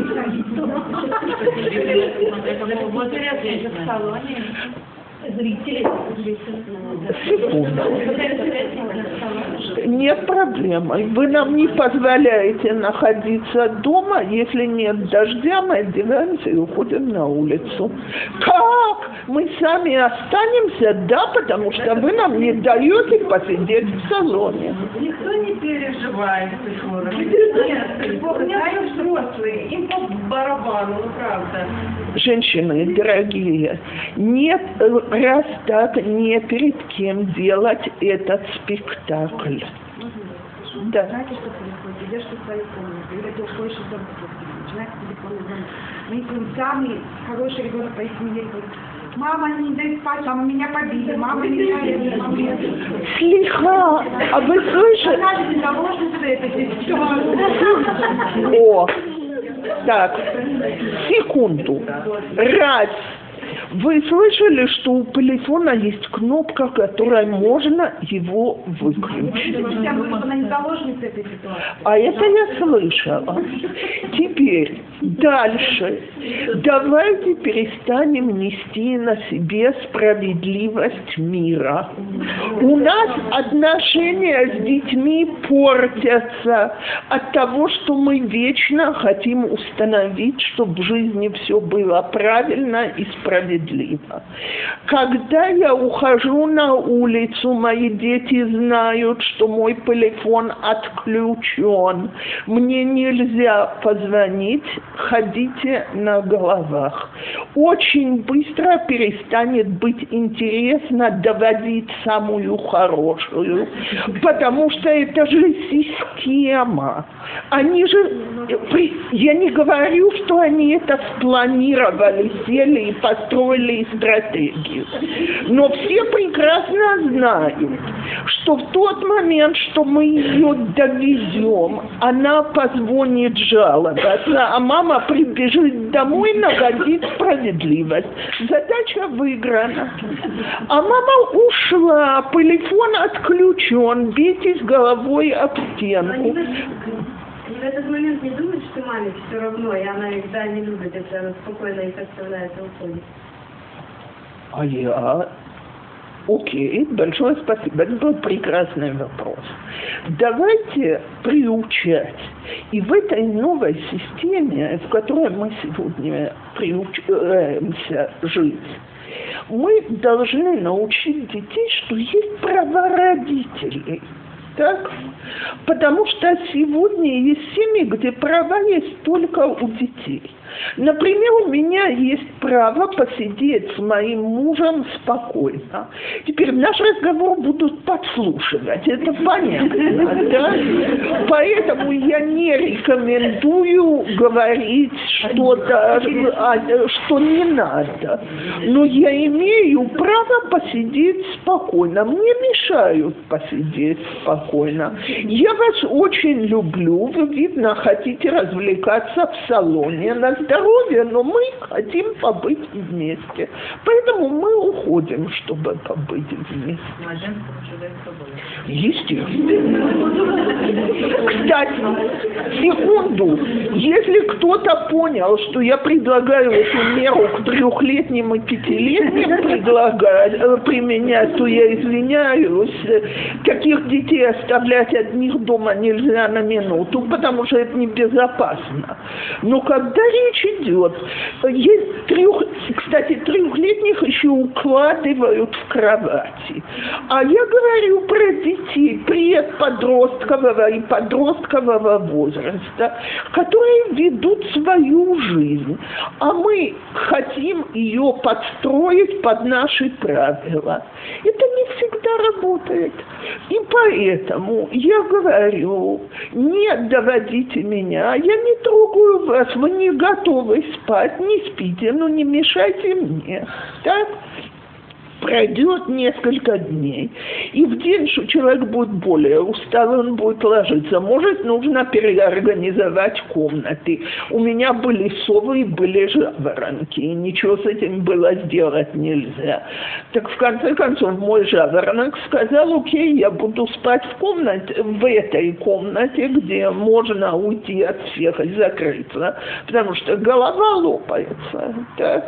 В салоне. Зрители. Секунду. Нет проблемы. Вы нам не позволяете находиться дома, если нет дождя, мы одеваемся и уходим на улицу. Как? Мы сами останемся? Да, потому что вы нам не даете посидеть в салоне. Никто не переживает психолог. Нет, у меня все взрослые, им по барабану, ну правда. Женщины, дорогие, нет, раз так, не перед кем делать этот спектакль. Да. Знаете, что происходит? Идешь в свою комнату, или ты уходишь из дома, начинается телефонный звонок. Мы самый хороший ребенок по их семье, Мама не дает спать, мама меня побили, мама меня это, мама меня... Слиха, а вы слышите? Она же заложница это все. О, так, секунду. Раз. Вы слышали, что у телефона есть кнопка, которой можно его выключить? Я говорю, что она не заложница этой ситуации. А это я слышала. Теперь, дальше. Давайте перестанем нести на себе справедливость мира. У нас отношения с детьми портятся от того, что мы вечно хотим установить, чтобы в жизни все было правильно и справедливо. Когда я ухожу на улицу, мои дети знают, что мой телефон отключен. Мне нельзя позвонить, ходите на головах. Очень быстро перестанет быть интересно доводить самую хорошую, потому что это же система. Они же, я не говорю, что они это спланировали, сели и построили стратегию. Но все прекрасно знают, что в тот момент, что мы ее довезем, она позвонит жаловаться, а мама прибежит домой нагодит справедливость. Задача выиграна. А мама ушла, телефон отключен, бейтесь головой об стенку. В этот момент не думаешь, что маме все равно, и она их, да, не любит, если она спокойно их оставляет и уходит? А я... Окей, большое спасибо. Это был прекрасный вопрос. Давайте приучать. И в этой новой системе, в которой мы сегодня приучаемся жить, мы должны научить детей, что есть права родителей. Так? Потому что сегодня есть семьи, где права есть только у детей. Например, у меня есть право посидеть с моим мужем спокойно. Теперь наш разговор будут подслушивать, это понятно, да? Поэтому я не рекомендую говорить что-то, что не надо. Но я имею право посидеть спокойно. Мне мешают посидеть спокойно. Я вас очень люблю, вы, видно, хотите развлекаться в салоне на здоровье, но мы хотим побыть вместе. Поэтому мы уходим, чтобы побыть вместе. Естественно. Кстати, секунду. Если кто-то понял, что я предлагаю эту меру к 3-летним и 5-летним применять, то я извиняюсь. Таких детей оставлять одних дома нельзя на минуту, потому что это небезопасно. Но когда речь идет, есть кстати, 3-летних еще укладывают в кровати. А я говорю про детей предподросткового и подросткового возраста, которые ведут свою жизнь. А мы хотим ее подстроить под наши правила. Это не всегда работает. И поэтому я говорю, не доводите меня, я не трогаю вас, вы не готовы спать, не спите, но не мешайте мне. Так? Пройдет несколько дней, и в день, что человек будет более устал, он будет ложиться. Может, нужно переорганизовать комнаты. У меня были совы и были жаворонки, и ничего с этим было сделать нельзя. Так в конце концов мой жаворонок сказал: окей, я буду спать в этой комнате, где можно уйти от всех и закрыться, потому что голова лопается. Так?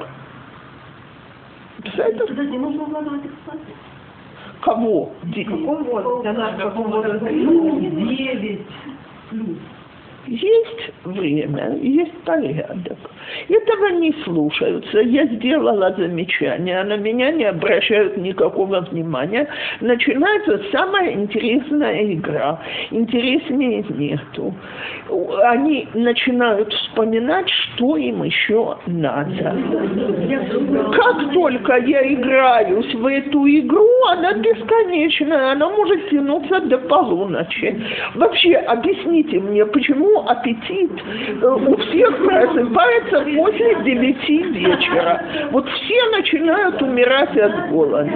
Подожди, можно укладывать их спать? Кого? В каком возрасте? Она в каком возрасте? 9 плюс. Есть время, есть порядок. Этого не слушаются. Я сделала замечание, а на меня не обращают никакого внимания. Начинается самая интересная игра. Интереснее нету. Они начинают вспоминать, что им еще надо. Как только я играюсь в эту игру, она бесконечная, она может тянуться до полуночи. Вообще, объясните мне, почему что аппетит у всех просыпается после 9 вечера. Вот все начинают умирать от голода.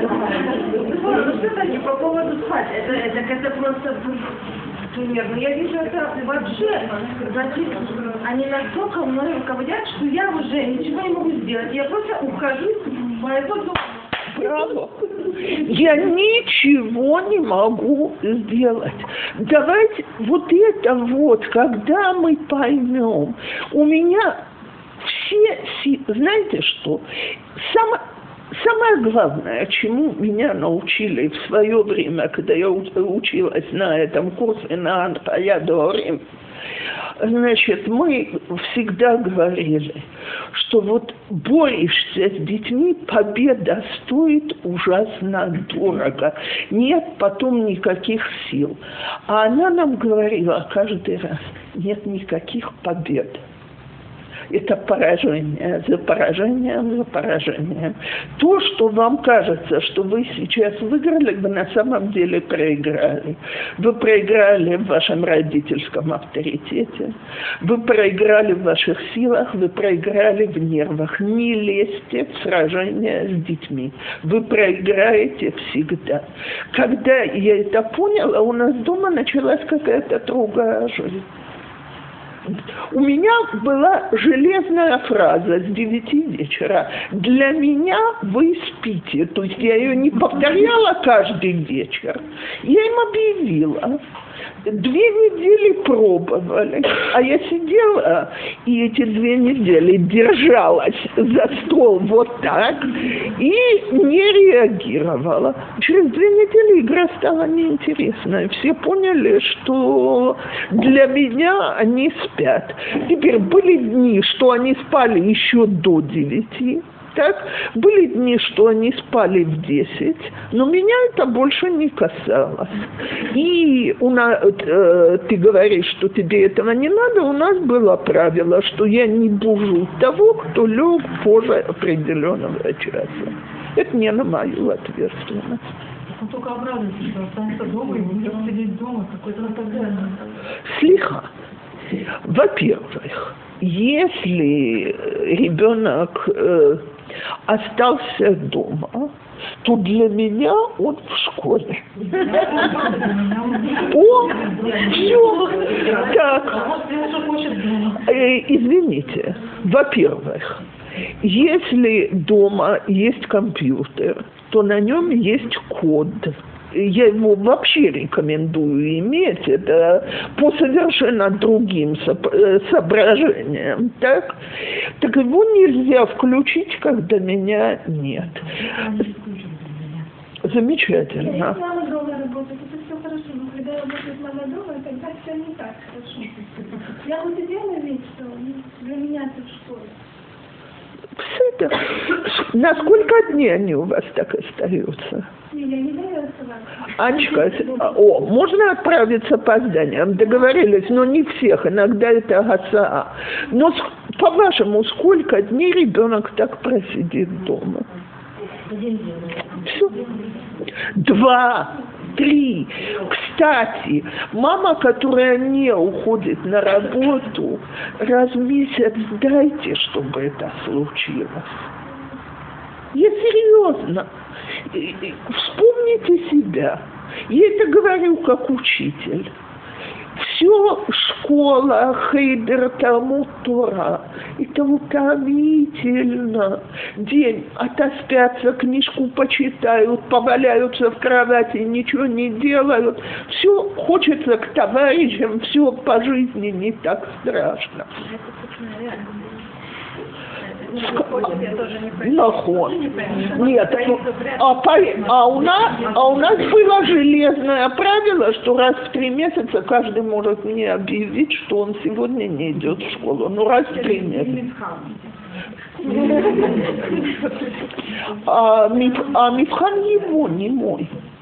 Кстати, по поводу спать, это просто пример. Но я вижу это вообще, значит, они настолько мной руководят, что я уже ничего не могу сделать. Я просто ухожу в аэропорт. Право. Я ничего не могу сделать. Давайте вот это вот, когда мы поймем, у меня все, знаете что, самое главное, чему меня научили в свое время, когда я училась на этом курсе на Анхаядорим, значит, мы всегда говорили, что вот борешься с детьми, победа стоит ужасно дорого. Нет потом никаких сил. А она нам говорила каждый раз, нет никаких побед. Это поражение, за поражением, за поражением. То, что вам кажется, что вы сейчас выиграли, вы на самом деле проиграли. Вы проиграли в вашем родительском авторитете, вы проиграли в ваших силах, вы проиграли в нервах. Не лезьте в сражение с детьми. Вы проиграете всегда. Когда я это поняла, у нас дома началась какая-то другая жизнь. У меня была железная фраза с 9 вечера. Для меня вы спите. То есть я ее не повторяла каждый вечер. Я им объявила. 2 недели пробовали, а я сидела и эти 2 недели держалась за стол вот так и не реагировала. Через 2 недели игра стала неинтересной. Все поняли, что для меня они спят. Теперь были дни, что они спали еще до 9. Так, были дни, что они спали в 10, но меня это больше не касалось. И ты говоришь, что тебе этого не надо, у нас было правило, что я не бужу того, кто лег позже определенного часа. Это не на мою ответственность. Он только обрадуется, что останется дома и будет сидеть дома, какой-то наказание. Слегка. Во-первых, если ребенок остался дома, то для меня он в школе. Все. Так. Извините. Во-первых, если дома есть компьютер, то на нем есть код. Я его вообще рекомендую иметь, это по совершенно другим соображениям, так его нельзя включить, когда меня нет. Замечательно. Если мама дома работает, это все хорошо, но когда работает мама дома, тогда все не так хорошо. Я вот и делаю вид, что для меня это в школе. Насколько дней они у вас так остаются? Я не даю оставаться. Анечка, можно отправиться по зданиям? Договорились, но не всех, иногда это ГАСА. Но, по-вашему, сколько дней ребенок так просидит дома? Все. 2, 3. Кстати, мама, которая не уходит на работу, раз в месяц дайте, чтобы это случилось. Я серьезно. Вспомните себя. Я это говорю как учитель. Все школа, хейдер, Талмуд, Тора. Это утомительно. День отоспятся, книжку почитают, поваляются в кровати, ничего не делают. Все хочется к товарищам, все по жизни не так страшно. Нахон. Нет, а у нас было железное правило, что раз в 3 месяца каждый может мне объявить, что он сегодня не идет в школу. Ну, раз в 3 месяца. А мивхан его, не мой.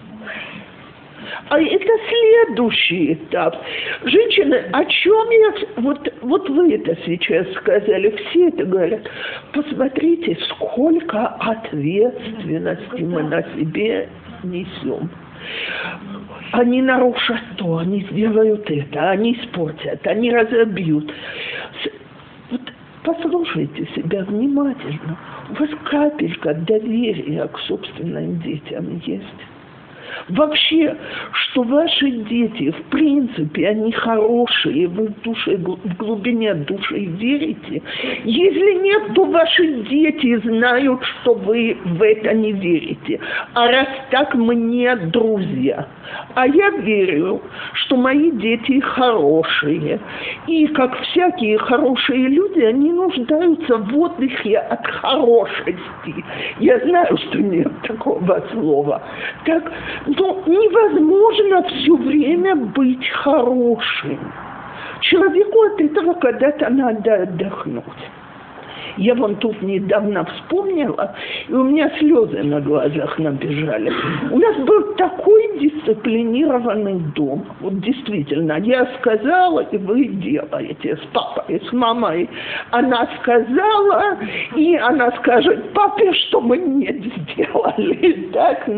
А это следующий этап. Женщины, о чем я... Вот вы это сейчас сказали, все это говорят. Посмотрите, сколько ответственности мы на себе несем. они нарушат то, они сделают это, они испортят, они разобьют. Вот послушайте себя внимательно. У вас капелька доверия к собственным детям есть? Вообще, что ваши дети, в принципе, они хорошие, вы в душе, в глубине души верите. Если нет, то ваши дети знают, что вы в это не верите. А раз так, мы не друзья. А я верю, что мои дети хорошие. И, как всякие хорошие люди, они нуждаются в отдыхе от хорошести. Я знаю, что нет такого слова. Так, но невозможно все время быть хорошим. Человеку от этого когда-то надо отдохнуть. Я вон тут недавно вспомнила, и у меня слезы на глазах набежали. У нас был такой дисциплинированный дом. Вот действительно, я сказала, и вы делаете с папой, с мамой. Она сказала, и она скажет папе, что мы не сделали.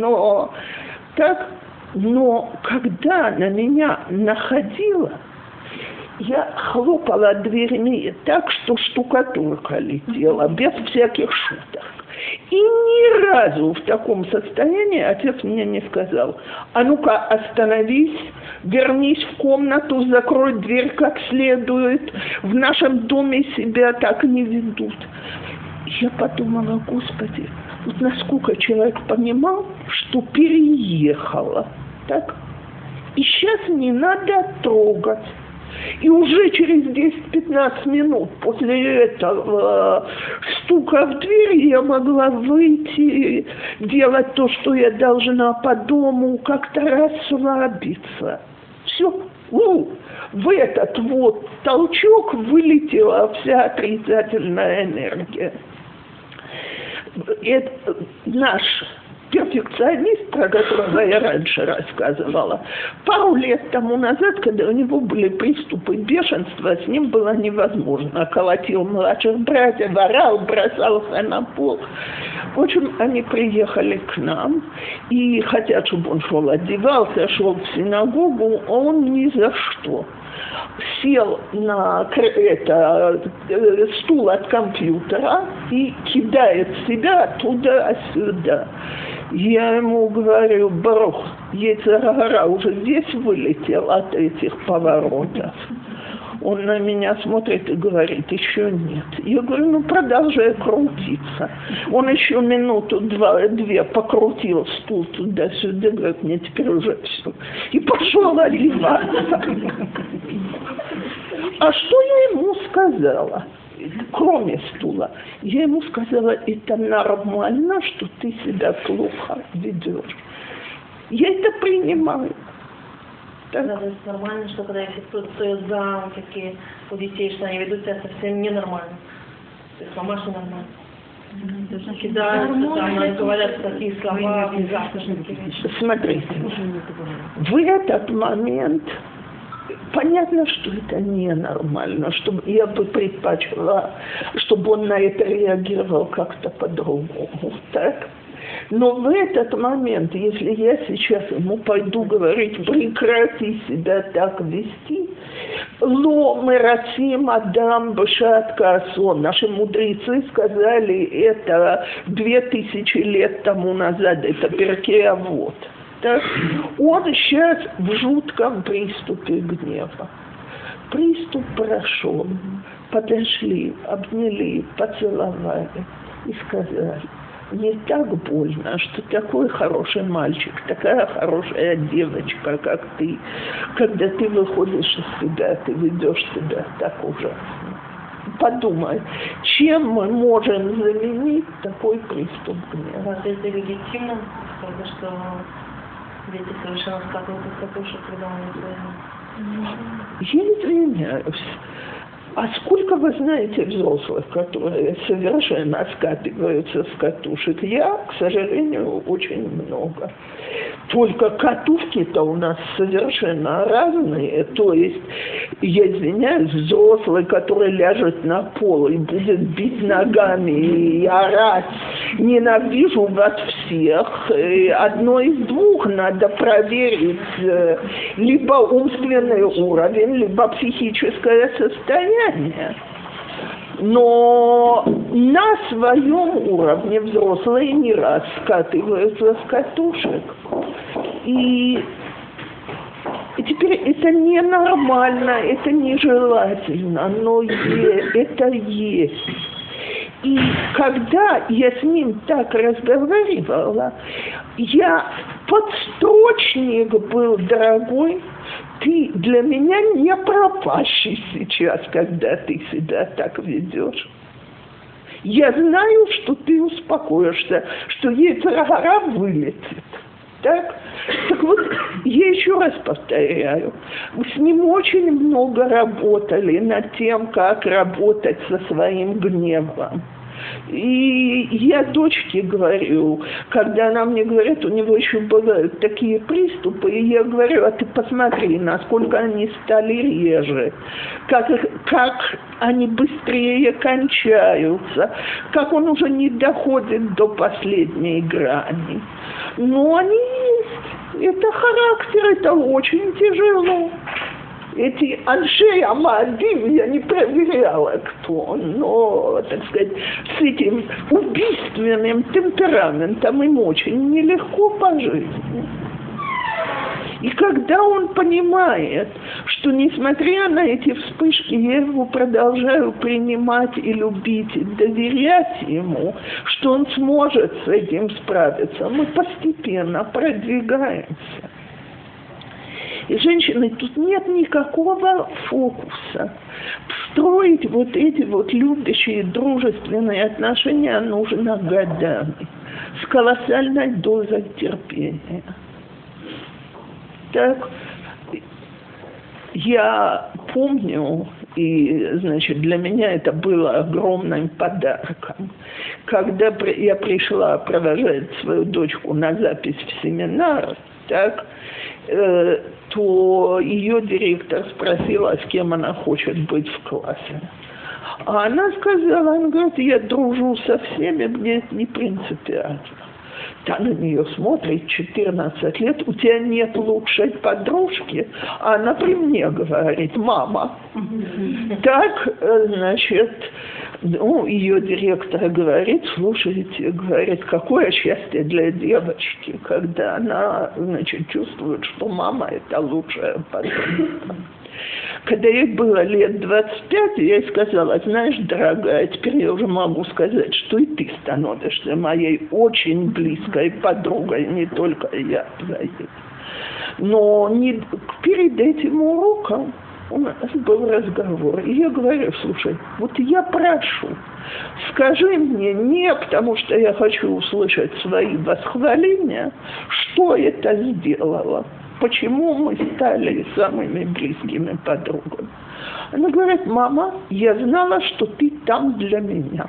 Но когда на меня находила, я хлопала дверьми так, что штукатурка летела, без всяких шуток. И ни разу в таком состоянии отец мне не сказал: а ну-ка остановись, вернись в комнату, закрой дверь как следует, в нашем доме себя так не ведут. Я подумала: Господи, вот насколько человек понимал, что переехала, так? И сейчас не надо трогать. И уже через 10-15 минут после этого стука в дверь я могла выйти, делать то, что я должна по дому, как-то расслабиться. Все. В этот вот толчок вылетела вся отрицательная энергия. Это наш перфекционист, про которого я раньше рассказывала, пару лет тому назад, когда у него были приступы бешенства, с ним было невозможно. Колотил младших братьев, орал, бросался на пол. В общем, они приехали к нам и хотят, чтобы он шел одевался, шел в синагогу, а он ни за что. Сел на стул от компьютера и кидает себя туда-сюда. Я ему говорю: Барух, яйцер гора уже весь вылетел от этих поворотов. Он на меня смотрит и говорит: еще нет. Я говорю: ну продолжай крутиться. Он еще минуту-две покрутил стул туда-сюда, говорит: мне теперь уже все. И пошел одеваться. А что я ему сказала? Кроме стула. Я ему сказала: это нормально, что ты себя плохо ведешь. Я это принимаю. Да, то есть нормально, что когда все стоят за такие у детей, что они ведут себя совсем ненормально. То есть мамаша нормально. Кидаются, там, говорят такие слова, смотрите, в этот момент понятно, что это ненормально, чтобы я бы предпочла, чтобы он на это реагировал как-то по-другому, так? Но в этот момент, если я сейчас ему пойду говорить: прекрати себя так вести, ло мы рацим адам бешат каасон. Наши мудрецы сказали это 2000 лет тому назад, это Перкей Авот. Так? Он сейчас в жутком приступе гнева. Приступ прошел, подошли, обняли, поцеловали и сказали: не так больно, что такой хороший мальчик, такая хорошая девочка, как ты, когда ты выходишь из себя, ты ведешь себя так ужасно. Подумай, чем мы можем заменить такой приступ гнева? Это легитимно, потому что дети совершенно скатываются с катушек, когда они свои. Я извиняюсь. А сколько вы знаете взрослых, которые совершенно скатываются с катушек? Я, к сожалению, очень много. Только катушки-то у нас совершенно разные. То есть, я извиняюсь, взрослый, который ляжет на пол и будет бить ногами и орать, ненавижу вас всех. Одно из двух надо проверить. Либо умственный уровень, либо психическое состояние. Но на своем уровне взрослые не раз скатываются с катушек. И теперь это ненормально, это нежелательно, но это есть. И когда я с ним так разговаривала, подстрочник был, дорогой, ты для меня не пропащий сейчас, когда ты себя так ведешь. Я знаю, что ты успокоишься, что яйцер гора вылетит. Так вот, я еще раз повторяю, мы с ним очень много работали над тем, как работать со своим гневом. И я дочке говорю, когда она мне говорит, у него еще бывают такие приступы, и я говорю, а ты посмотри, насколько они стали реже, как они быстрее кончаются, как он уже не доходит до последней грани. Но они есть. Это характер, это очень тяжело. Эти аншей Амаадим я не проверяла, кто он, но, так сказать, с этим убийственным темпераментом им очень нелегко по жизни. И когда он понимает, что несмотря на эти вспышки, я его продолжаю принимать и любить, и доверять ему, что он сможет с этим справиться, мы постепенно продвигаемся. И, женщины, тут нет никакого фокуса. Строить вот эти вот любящие, дружественные отношения нужно годами, с колоссальной дозой терпения. Так, я помню, и, значит, для меня это было огромным подарком, когда я пришла провожать свою дочку на запись в семинар, так, то ее директор спросила, с кем она хочет быть в классе. А она сказала, она говорит, я дружу со всеми, мне это не принципиально. Та на нее смотрит, 14 лет, у тебя нет лучшей подружки, а она при мне говорит, мама. Так, значит, ну, ее директор говорит, слушайте, говорит, какое счастье для девочки, когда она, значит, чувствует, что мама это лучшая подружка. Когда ей было лет 25, я ей сказала, знаешь, дорогая, теперь я уже могу сказать, что и ты становишься моей очень близкой подругой, не только я твоей. Но перед этим уроком у нас был разговор, и я говорю, слушай, вот я прошу, скажи мне не потому, что я хочу услышать свои восхваления, что это сделало. Почему мы стали самыми близкими подругами? Она говорит, мама, я знала, что ты там для меня.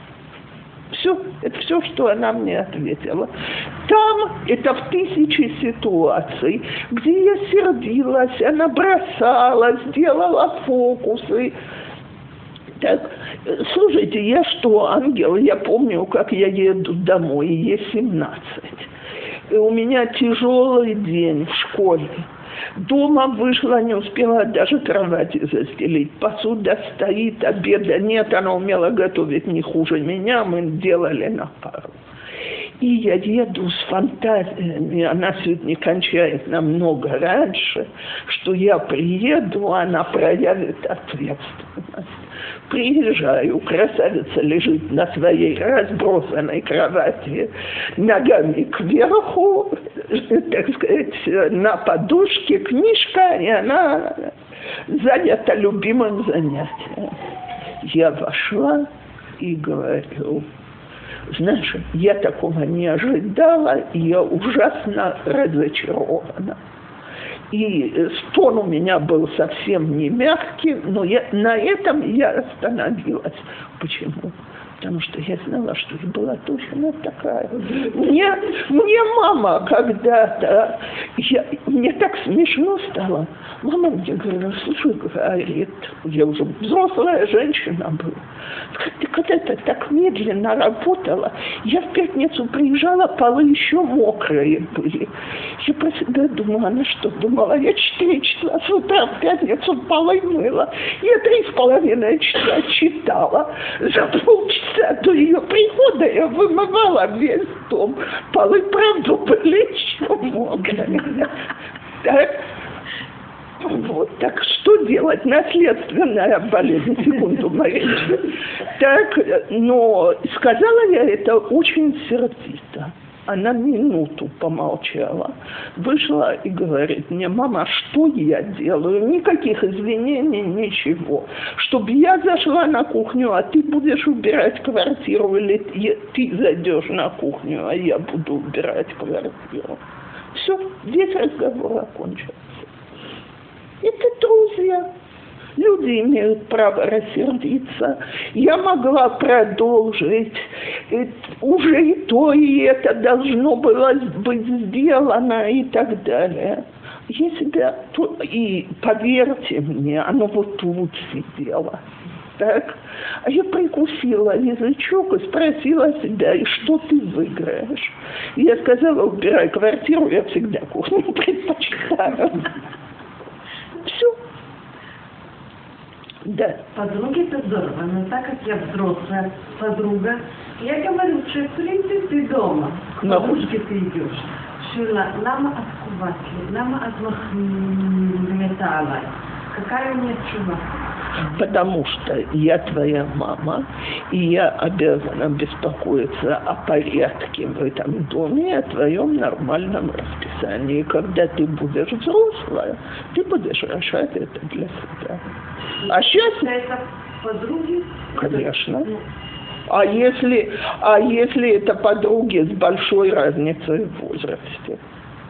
Все, это все, что она мне ответила. Там это в 1000 ситуаций, где я сердилась, она бросала, сделала фокусы. Так, слушайте, я что, ангел? Я помню, как я еду домой, ей 17. И у меня тяжелый день в школе. Дома вышла, не успела даже кровати застелить. Посуда стоит, обеда нет. Она умела готовить не хуже меня. Мы делали на пару. И я еду с фантазиями. Она сегодня кончает намного раньше, что я приеду, она проявит ответственность. Приезжаю, красавица лежит на своей разбросанной кровати, ногами кверху, так сказать, на подушке, книжка, и она занята любимым занятием. Я вошла и говорю, знаешь, я такого не ожидала, и я ужасно разочарована. И тон у меня был совсем не мягкий, но на этом я остановилась. Почему? потому что я знала, что я была точно такая. Мне мама когда-то, мне так смешно стало, мама мне говорила, слушай, говорит, я уже взрослая женщина была, ты когда-то так медленно работала, я в пятницу приезжала, полы еще мокрые были. Я про себя думала, она что, думала, я 4 часа с утра в пятницу полы мыла, я 3,5 часа читала, за полчаса до ее прихода я вымывала весь дом, полы, правда, были еще мокрые. Так? Вот, так что делать? Наследственная болезнь, секунду, Мария. Так, но сказала я это очень сердито. Она минуту помолчала, вышла и говорит мне, мама, что я делаю? Никаких извинений, ничего. Чтобы я зашла на кухню, а ты будешь убирать квартиру, или ты зайдешь на кухню, а я буду убирать квартиру. Все, весь разговор окончился. Это друзья. Люди имеют право рассердиться. Я могла продолжить. Уже и то, и это должно было быть сделано, и так далее. Я себя... И поверьте мне, оно вот тут сидело. Так? А я прикусила язычок и спросила себя, и что ты выиграешь? И я сказала, убирай квартиру, я всегда кухню предпочитаю. Все. Да. Подруги это здорово, но так как я взрослая подруга, я говорю, что в принципе ты дома, к бабушке ты идешь. Шила, лама откуватли, лама отмахметала. Какая у меня чува? Потому что я твоя мама, и я обязана беспокоиться о порядке в этом доме и о твоем нормальном расписании. Когда ты будешь взрослая, ты будешь решать это для себя. А сейчас... Это подруги? Конечно. А если это подруги с большой разницей в возрасте?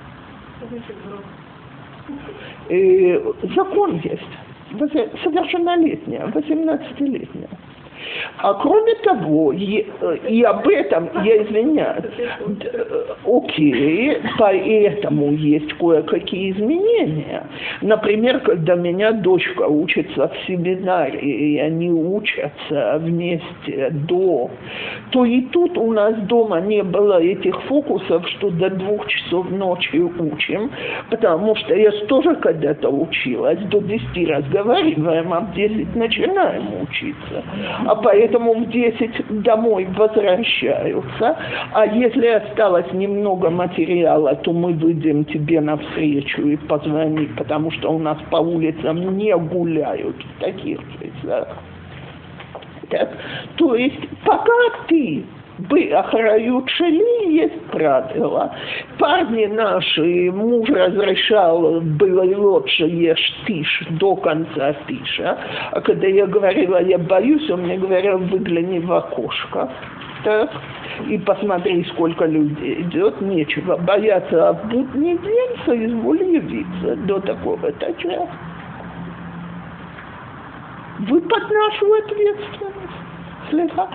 Закон есть. Совершеннолетняя, 18-летняя. А кроме того, и об этом, я извиняюсь, окей, поэтому есть кое-какие изменения. Например, когда меня дочка учится в семинарии, и они учатся вместе то и тут у нас дома не было этих фокусов, что до 2 часов ночи учим, потому что я тоже когда-то училась, до 10 разговариваем, а в 10 начинаем учиться. А поэтому в 10 домой возвращаются. А если осталось немного материала, то мы выйдем тебе навстречу и позвони, потому что у нас по улицам не гуляют в таких часах. Так? То есть пока ты охрают шели, есть правила. Парни наши, муж разрешал, было лучше ешь тишь до конца тиша. А когда я говорила, я боюсь, он мне говорил, выгляни в окошко. Так? И посмотри, сколько людей идет, нечего бояться, а в будний день соизволь явиться до такого-то часа. Вы под нашу ответственность. Слегка.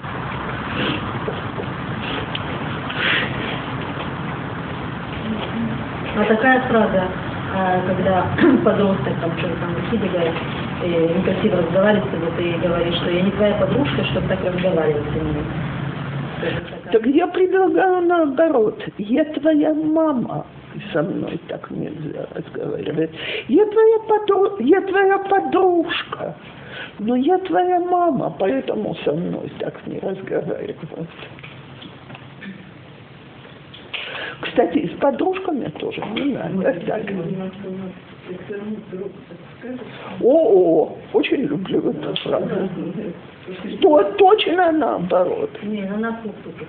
А такая фраза, когда подросток там что-то там выкидывает, некрасиво разговаривает с тобой, ты говоришь, что я не твоя подружка, чтобы так разговаривать со мной. Так я предлагаю наоборот. Я твоя мама, и со мной так нельзя разговаривать. Я твоя подружка. Но я твоя мама, поэтому со мной так не разговаривают. Кстати, с подружками тоже не надо так. Очень люблю эту фразу. Точно наоборот. Не, на кухню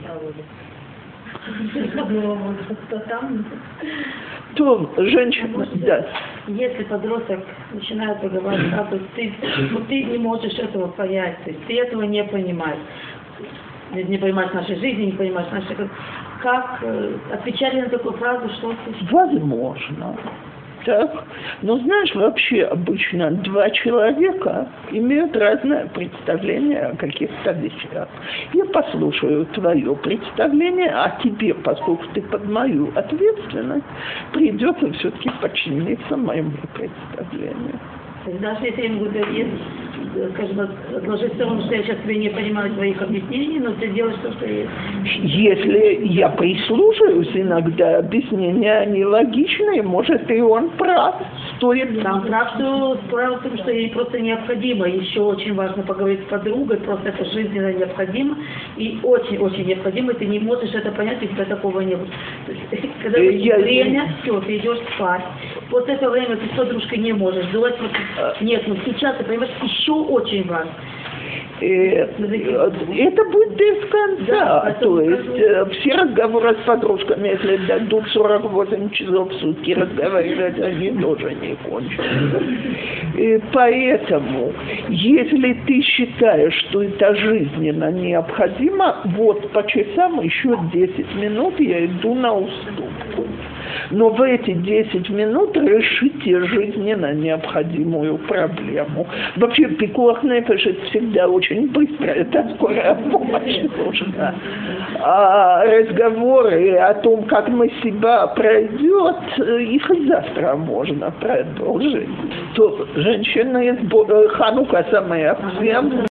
проводят. То женщина, да. Если подросток начинает проговаривать, ты не можешь этого понять, ты этого не понимаешь. Не понимаешь нашей жизни, не понимаешь нашей... Как отвечали на такую фразу, что... Возможно. Так? Но знаешь, вообще обычно два человека имеют разное представление о каких-то вещах. Я послушаю твое представление, а тебе, поскольку ты под мою ответственность, придется все-таки подчиниться моему представлению. Даже если я могу говорить, скажем, отложить в сторону, что я сейчас тебе не понимаю твоих объяснений, но ты делаешь то, что есть. Если я прислушаюсь, иногда объяснения нелогичные, может, и он прав. Стоит... Там прав, что справа в том, что ей просто необходимо. Еще очень важно поговорить с подругой, просто это жизненно необходимо. И очень-очень необходимо, ты не можешь это понять, если у тебя такого не будет. То есть, когда время, все, ты идешь спать. Вот это время ты с подружкой не можешь делать. Нет, ну сейчас, ты понимаешь, еще очень важно. Это будет без конца. Да, то есть все разговоры с подружками, если дадут 48 часов в сутки разговаривать, они тоже не кончатся. Поэтому, если ты считаешь, что это жизненно необходимо, вот по часам еще 10 минут я иду на уступку. Но в эти 10 минут решите жизненно необходимую проблему. Вообще, пикуах нефеш это всегда очень быстро, это скорая помощь нужна. А разговоры о том, как мы себя пройдет, их завтра можно продолжить. То женщины, Ханука самая всем.